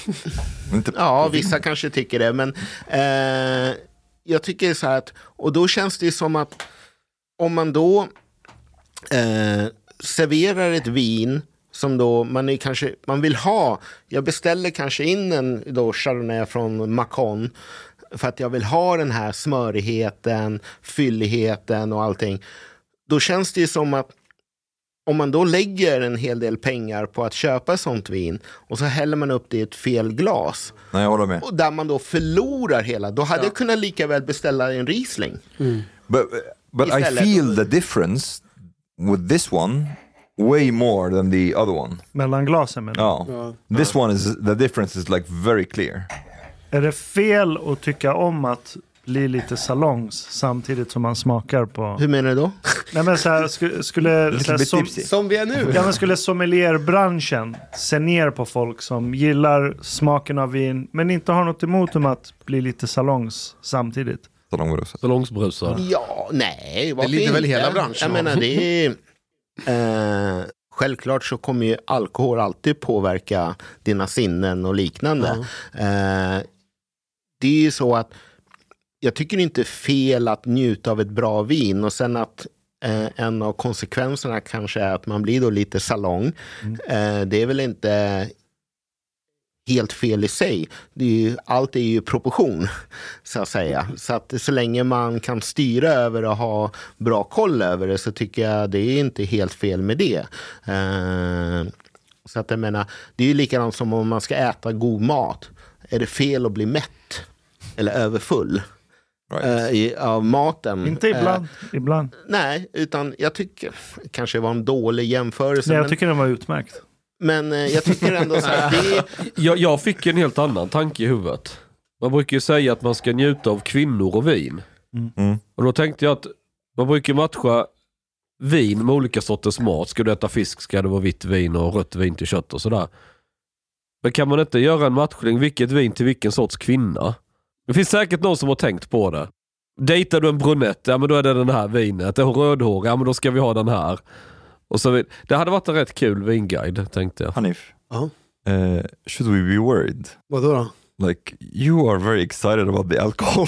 Ja, vissa kanske tycker det, men eh, jag tycker så här att, och då känns det som att om man då eh, serverar ett vin som då man är kanske, man vill ha, jag beställer kanske in en då Chardonnay från Macon för att jag vill ha den här smörigheten, fylligheten och allting. Då känns det ju som att om man då lägger en hel del pengar på att köpa sånt vin och så häller man upp det i ett fel glas. Nej, jag håller med. Och där man då förlorar hela, då hade ja. jag kunnat lika väl beställa en Riesling. Mm. But, but I feel the difference with this one way more than the other one. Mellan glasen menar ja. ja. This one is, the difference is like very clear. Är det fel att tycka om att bli lite salongs samtidigt som man smakar på... Hur menar du då? Nej, men så här, skulle, skulle så här, som, som vi är nu. Ja, men skulle sommelierbranschen se ner på folk som gillar smaken av vin men inte har något emot om att bli lite salongs samtidigt? Salongbrusar. Salongsbrusar. Ja, nej. Det lider väl hela branschen. Jag menar, det är... Eh, självklart så kommer ju alkohol alltid påverka dina sinnen och liknande. Ja. Eh, det är ju så att jag tycker inte fel att njuta av ett bra vin och sen att eh, en av konsekvenserna kanske är att man blir då lite salong. Mm. Eh, det är väl inte helt fel i sig. Det är ju, allt är ju proportion så att säga. Så att så länge man kan styra över och ha bra koll över det så tycker jag det är inte helt fel med det. Eh, så att jag menar, det är ju likadant som om man ska äta god mat. Är det fel att bli mätt eller överfull? Right. Uh, i, av maten. Inte ibland. Uh, ibland. Nej, utan jag tycker kanske det var en dålig jämförelse. Nej, jag men, tycker den var utmärkt. Men uh, jag tycker ändå så här, det... jag, jag fick en helt annan tanke i huvudet. Man brukar ju säga att man ska njuta av kvinnor och vin. Mm. Mm. Och då tänkte jag att man brukar matcha vin med olika sorters mat. Ska du äta fisk ska det vara vitt vin och rött vin till kött och sådär. Men kan man inte göra en matchning vilket vin till vilken sorts kvinna? Det finns säkert någon som har tänkt på det. Dejtar du en brunett, ja men då är det den här vinet. Det är rödhår, ja men då ska vi ha den här. Och så vid... Det hade varit en rätt kul vinguide, tänkte jag. Hanif, uh-huh. uh, should we be worried? Vadå då? Like, you are very excited about the alcohol.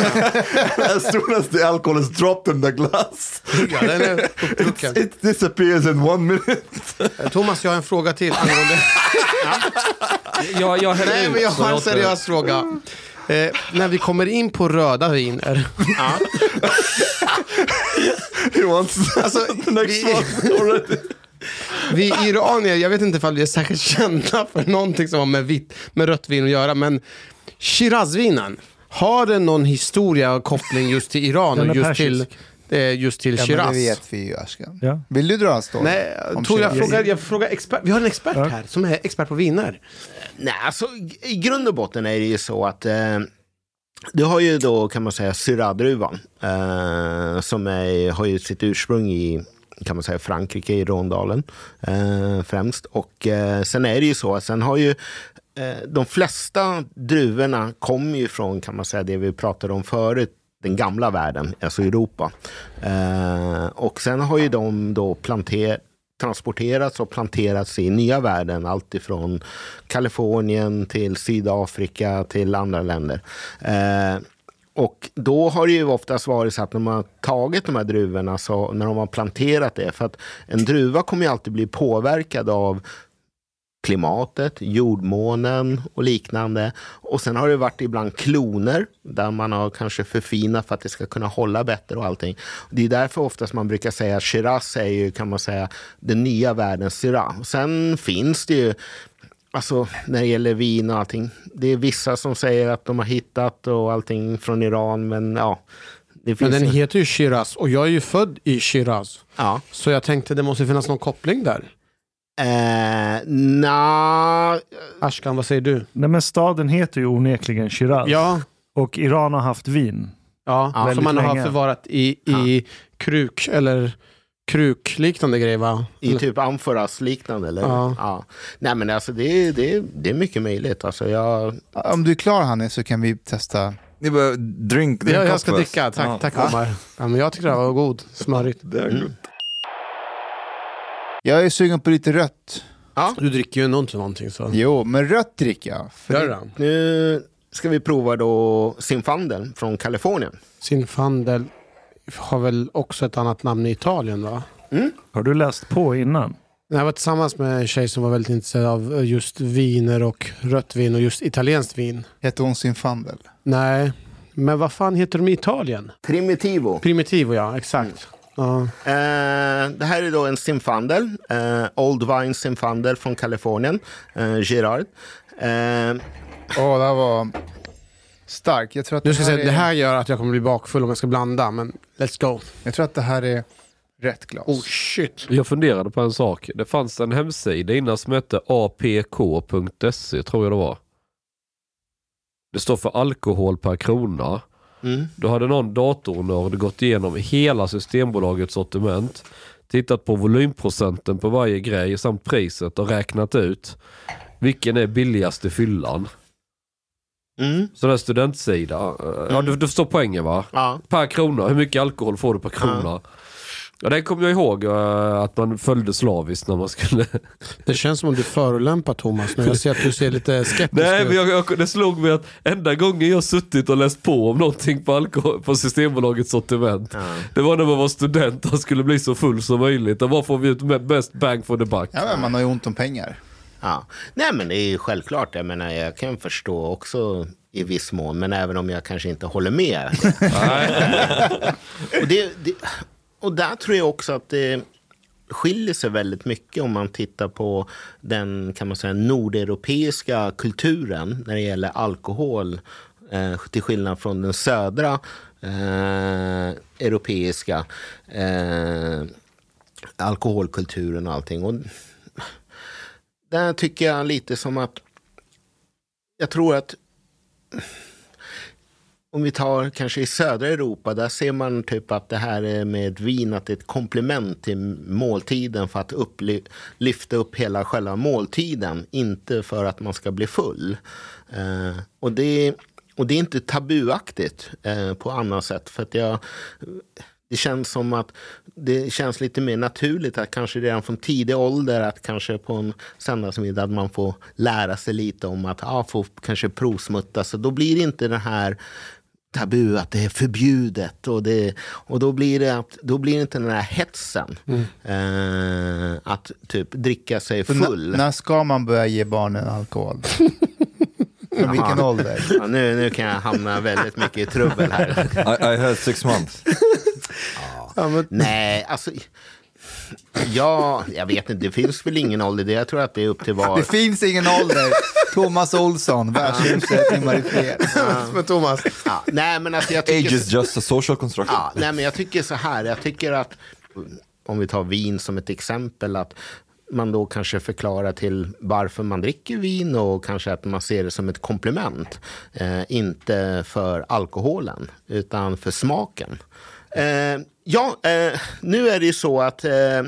As soon as the alcohol is dropped in the glass, ja, den är it, it disappears in one minute. Thomas, jag har en fråga till angående... ja, jag Nej, men jag har en seriös fråga. Eh, när vi kommer in på röda viner. Ja. He wants alltså, the next one already. Vi iranier, jag vet inte ifall vi är särskilt kända för någonting som har med vitt, med rött vin att göra, men Shirazvinen, har det någon historia och koppling just till Iran och just till, eh, just till ja, Shiraz? Men det vet vi ju, Ashkan. Ja. Vill du dra en story? Nej, tror jag, frågar, jag frågar expert. Vi har en expert ja. här som är expert på viner. Nej, alltså i grund och botten är det ju så att eh, du har ju då, kan man säga, Syrah-druvan eh, som är, har ju sitt ursprung i, kan man säga, Frankrike, i Rondalen eh, främst. Och eh, sen är det ju så att sen har ju eh, de flesta druvorna kommer ju från, kan man säga, det vi pratade om förut, den gamla världen, alltså Europa. Eh, och sen har ju de då planter, transporterats och planterats i nya världen, allt ifrån Kalifornien till Sydafrika till andra länder. Eh, och då har det ju oftast varit så att när man har tagit de här druvorna, så när de har planterat det, för att en druva kommer ju alltid bli påverkad av klimatet, jordmånen och liknande. Och sen har det varit ibland kloner där man har kanske förfinat för att det ska kunna hålla bättre och allting. Det är därför oftast man brukar säga att Shiraz är ju, kan man säga, den nya världens Syrah. Sen finns det ju, alltså när det gäller vin och allting, det är vissa som säger att de har hittat och allting från Iran, men ja, Det finns Men den en... heter ju Shiraz och jag är ju född i Shiraz. Ja. Så jag tänkte det måste finnas någon koppling där. Eh, na... Ashkan, vad säger du? Nej, men staden heter ju onekligen Shiraz. Ja, Och Iran har haft vin. ja, Ja, som man har länge. förvarat i, i kruk eller krukliknande grejer, va? I typ amforas liknande, eller? Ja. Ja. Nej, men alltså det är, det är, det är mycket möjligt. Alltså jag... Om du är klar, Hannes, så kan vi testa. Ni bara drink, drink Ja, jag up ska first. dricka. Tack, Ja. tack Omar. Ja, men jag tycker det var god. Smörigt. Det är Mm. gott. Jag är sugen på lite rött. Du dricker ju ändå inte någonting så. Jo, men rött dricker jag. För Gör det- det. Nu ska vi prova då Zinfandel från Kalifornien. Zinfandel har väl också ett annat namn i Italien, va? Har du läst på innan? Jag var tillsammans med en tjej som var väldigt intresserad av just viner och rött vin och just italienskt vin. Heter hon Zinfandel? Nej, men vad fan heter de i Italien? Primitivo. Primitivo, ja, exakt. Ja. Eh, det här är då en Zinfandel. Eh, Old Vine Zinfandel från Kalifornien. Eh, Girard. Eh, Åh, det här var stark. Jag tror att Nu ska jag det, här säga, det är, här gör att jag kommer bli bakfull om jag ska blanda, men let's go. jag tror att det här är rätt glas. Oh shit. Jag funderade på en sak. Det fanns en hemsida innan som hette a p k punkt se, tror jag det var. Det står för alkohol per krona. mm. Då hade någon datornörd gått igenom hela Systembolagets sortiment, tittat på volymprocenten på varje grej samt priset och räknat ut vilken är billigaste fyllan. Mm. Sån här studentsida. Ja, du, du förstår poängen, va? Ja. Per krona. Hur mycket alkohol får du per krona? Ja, det kommer jag ihåg uh, att man följde slaviskt när man skulle... Det känns som om du förolämpar Thomas nu. Jag ser att du ser lite skeptisk Nej, ut. men jag, jag, det slog mig att enda gången jag suttit och läst på om någonting på, alkohol, på Systembolagets sortiment, Ja. det var när man var student och skulle bli så full som möjligt. Och vad får vi ut med best bang for the buck? Ja, men man har ju ont om pengar. Ja. Nej, men det är ju självklart. Jag menar, jag kan förstå också i viss mån, men även om jag kanske inte håller med. och, det, det, och där tror jag också att det skiljer sig väldigt mycket om man tittar på den, kan man säga, nordeuropeiska kulturen när det gäller alkohol, eh, till skillnad från den södra eh, europeiska eh, alkoholkulturen och allting. Och där tycker jag lite som att jag tror att om vi tar kanske i södra Europa, där ser man typ att det här är med vin, att det är ett komplement till måltiden för att upply- lyfta upp hela själva måltiden, inte för att man ska bli full. Eh, och, det, och det är inte tabuaktigt eh, på annat sätt, för att jag... Det känns som att det känns lite mer naturligt att kanske redan från tidig ålder att kanske på en söndagsmiddag att man får lära sig lite om att ja, få kanske provsmutta. Så då blir det inte det här tabu att det är förbjudet och, det, och då blir det att, då blir det inte den här hetsen mm. eh, att typ dricka sig full. N- när ska man börja ge barnen alkohol? Från vilken ålder? Ja, nu, nu kan jag hamna väldigt mycket i trubbel här. I, I had six months. Ja, men... Nej, alltså... Ja, jag vet inte. Det finns väl ingen ålder. Jag tror att det är upp till var... Det finns ingen ålder. Thomas Olsson, världshusret timmar i fred. Men Thomas. Ja, nej, men alltså jag tycker... Age is just a social construction. Ja, nej, men jag tycker så här. Jag tycker att, om vi tar vin som ett exempel, att man då kanske förklarar till varför man dricker vin och kanske att man ser det som ett komplement. Eh, inte för alkoholen, utan för smaken. Eh, ja, eh, nu är det ju så att eh,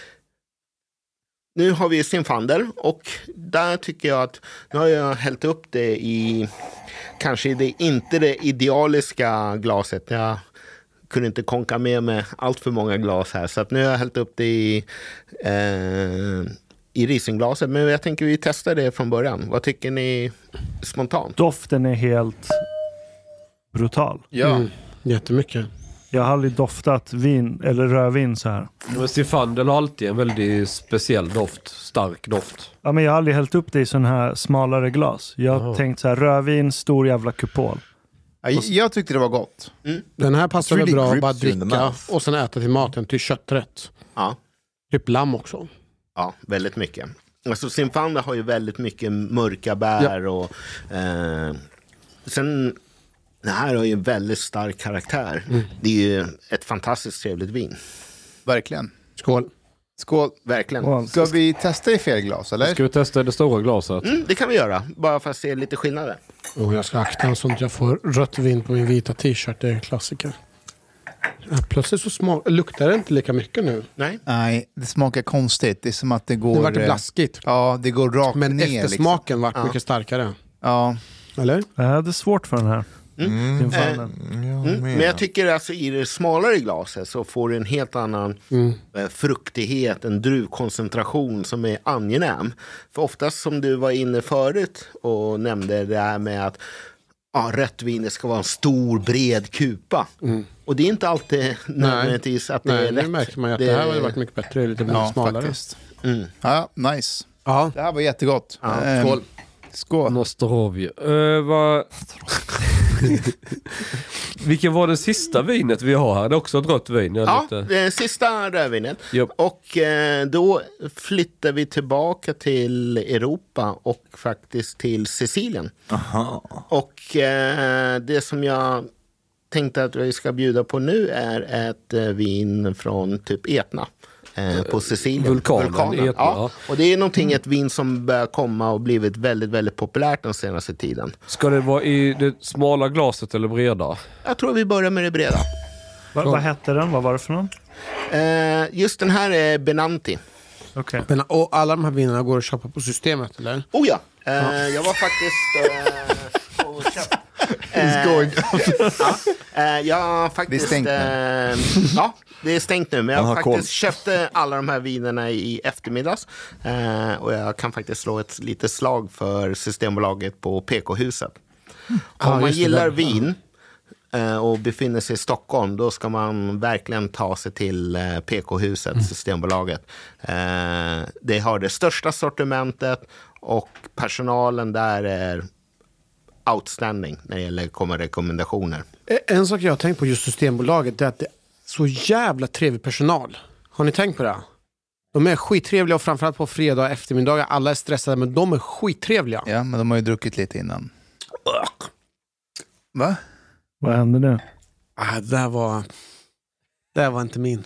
nu har vi Zinfandel och där tycker jag att nu har jag hällt upp det i kanske det, inte det idealiska glaset. Jag kunde inte konka med med allt för många glas här, så att nu har jag hällt upp det i eh, i risingglaset, men jag tänker vi testar det från början. Vad tycker ni spontant? Doften är helt brutal. Ja. Mm, jättemycket. Jag har aldrig doftat vin eller rödvin så här. Men Zinfandel har alltid en väldigt speciell doft, stark doft. Ja, men jag har aldrig hällt upp det i sån här smalare glas. Jag har Oh. tänkt så här, rödvin, stor jävla kupol. Ja, jag tyckte det var gott. Den här passar It väl really bra att grips bara you in the dricka mouth. och sen äta till maten, till kötträtt. Ja. Typ lamm också. Ja, väldigt mycket. Alltså Zinfandel har ju väldigt mycket mörka bär och eh, sen Det här har ju en väldigt stark karaktär. Mm. Det är ju ett fantastiskt trevligt vin. Verkligen. Skål. Skål. Verkligen. Ska vi testa i fel glas, eller? Ska vi testa det stora glaset? Mm, det kan vi göra. Bara för att se lite skillnader. Oh, jag ska akta en så att jag får rött vin på min vita t-shirt. Det är en klassiker. Ja, plötsligt så smak- luktar det inte lika mycket nu. Nej. Nej, det smakar konstigt. Det är som att det går... Det var det blaskigt. Ja, det går rakt Men ner. eftersmaken liksom. var mycket starkare. Ja. Eller? Jag hade svårt för den här. Mm. Eh, mm. Men jag tycker alltså i det smalare glaset så får du en helt annan mm. eh, fruktighet, en druvkoncentration som är angenäm. För oftast som du var inne förut och nämnde det här med att ja, rött vin ska vara en stor bred kupa. Mm. Och det är inte alltid nödvändigtvis att det Nej, är nu rätt. märker man ju att det, det här har varit mycket bättre, lite ja, smalare. Faktiskt. Mm. Ja, nice. Ja. Det här var jättegott. Ja, Ehm, skål. Skål. Nostrovje. Uh, vad... Vilken var det sista vinet vi har här? Det är också ett rött vin. Jag Ja, lite... det sista rödvinet. Yep. Och eh, då flyttar vi tillbaka till Europa och faktiskt till Sicilien. Aha. Och eh, det som jag tänkte att vi ska bjuda på nu är ett eh, vin från typ Etna. Eh, på Sicilien. Vulkanen, Vulkanen. Etna. Ja. Och det är någonting, ett vin som börjar komma och blivit väldigt, väldigt populärt den senaste tiden. Ska det vara i det smala glaset eller breda? Jag tror vi börjar med det breda. Va, vad hette den? Vad var det för någon? Eh, just den här är Benanti. Okay. Men, och alla de här vinerna går att köpa på systemet, eller? Oh ja, eh, ja. jag var faktiskt eh, och köpte. It's going. ja, eh, jag har faktiskt... Det är stängt eh, ja, det är stängt nu. Men jag har faktiskt koll. köpte alla de här vinerna i eftermiddags. Eh, och jag kan faktiskt slå ett litet slag för Systembolaget på P K-huset. Mm. Ah, Om man just gillar det. vin eh, och befinner sig i Stockholm, då ska man verkligen ta sig till eh, P K-huset, mm. Systembolaget. Eh, det har det största sortimentet och personalen där är outstanding när det gäller komma rekommendationer. En sak jag har tänkt på just Systembolaget är att det är så jävla trevlig personal. Har ni tänkt på det? De är skittrevliga och framförallt på fredag eftermiddagar. Alla är stressade, men de är skittrevliga. Ja, men de har ju druckit lite innan. Va? Vad hände nu? Ah, det där var... Det där var inte min.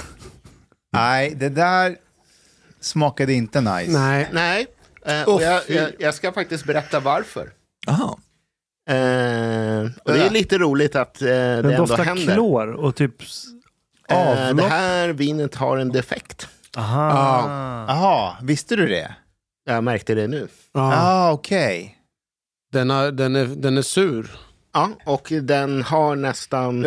Nej, det där smakade inte nice. Nej. Nej, eh, Oh, och jag, fy. jag, jag ska faktiskt berätta varför. Aha. Eh, och det är lite roligt att eh, det Den ändå doftar händer. klor och typ s- Eh, avlopp. det här vinet har en defekt. Aha. Jaha, visste du det? Jag märkte det nu. Ja, Ja. ah, okej. Den, är, den, är, den är sur. Ja, och den har nästan...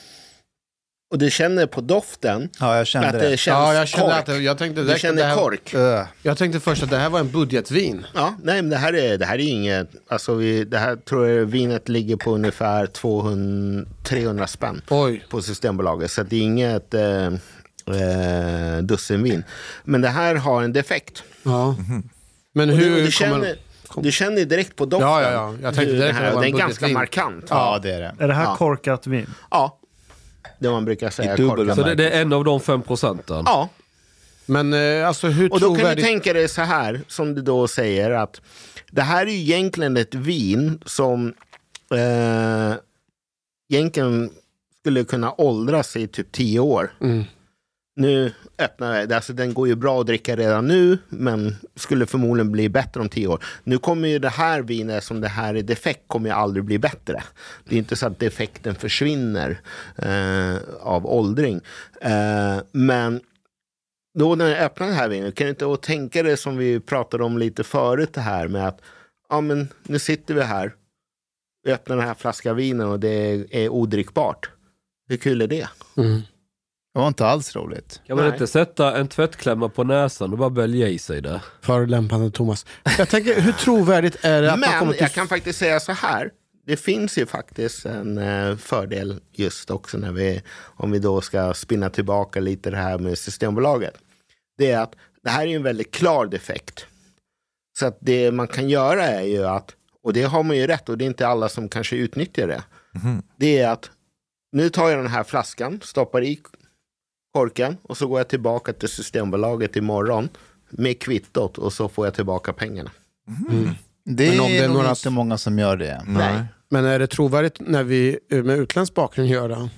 Och du känner på doften Ja, jag kände att det. det känns Ja, jag kände kork. att jag tänkte Du direkt att känner det här, kork. Öh. Jag tänkte först att det här var en budgetvin. Ja, nej, men det här är, det här är inget... Alltså, vi, det här tror jag vinet ligger på ungefär tvåhundra trehundra spänn Oj. på Systembolaget. Så det är inget eh, eh, dussinvin. Men det här har en defekt. Ja. Men Och hur du, du, kommer... känner, du känner direkt på doften. Ja, ja, ja. Jag tänkte hur direkt den att det här, var en den är ganska budgetvin. markant. Ja, det är det. Är det här Ja. korkat vin? Ja, det man brukar säga. I dubbel korkat. Så det, det är en av de fem procenten? Ja, Men eh, alltså hur och då kan du trovärdigt... tänka dig så här, som du då säger, att det här är ju egentligen ett vin som eh, egentligen skulle kunna åldras i typ tio år. Mm. Nu öppnar jag, alltså den går ju bra att dricka redan nu, men skulle förmodligen bli bättre om tio år. Nu kommer ju det här vinet, som det här är defekt, kommer ju aldrig bli bättre. Det är inte så att defekten försvinner eh, av åldring. Eh, men då när jag öppnar det här vinet, kan du inte då tänka det som vi pratade om lite förut, det här med att ja, men nu sitter vi här, vi öppnar den här flaskan vinen och det är odrickbart. Hur kul är det? Mm. Det var inte alls roligt. Kan man Nej. inte sätta en tvättklämma på näsan och bara bälja i sig det? Förolämpande Thomas. Jag tänker, hur trovärdigt är det att man Men kommer till... jag kan faktiskt säga så här. Det finns ju faktiskt en eh, fördel just också när vi, om vi då ska spinna tillbaka lite det här med Systembolaget. Det är att det här är en väldigt klar defekt. Så att det man kan göra är ju att, och det har man ju rätt, och det är inte alla som kanske utnyttjar det. Mm. Det är att nu tar jag den här flaskan, stoppar i korken och så går jag tillbaka till Systembolaget imorgon med kvittot och så får jag tillbaka pengarna. Mm. Det Men om är det är nog några- inte många som gör det. Nej. Men är det trovärdigt när vi med utländsk bakgrund gör det?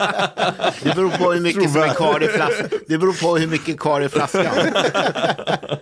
Det beror på hur mycket som är kvar i flaskan. Det beror på hur mycket kvar i flaskan.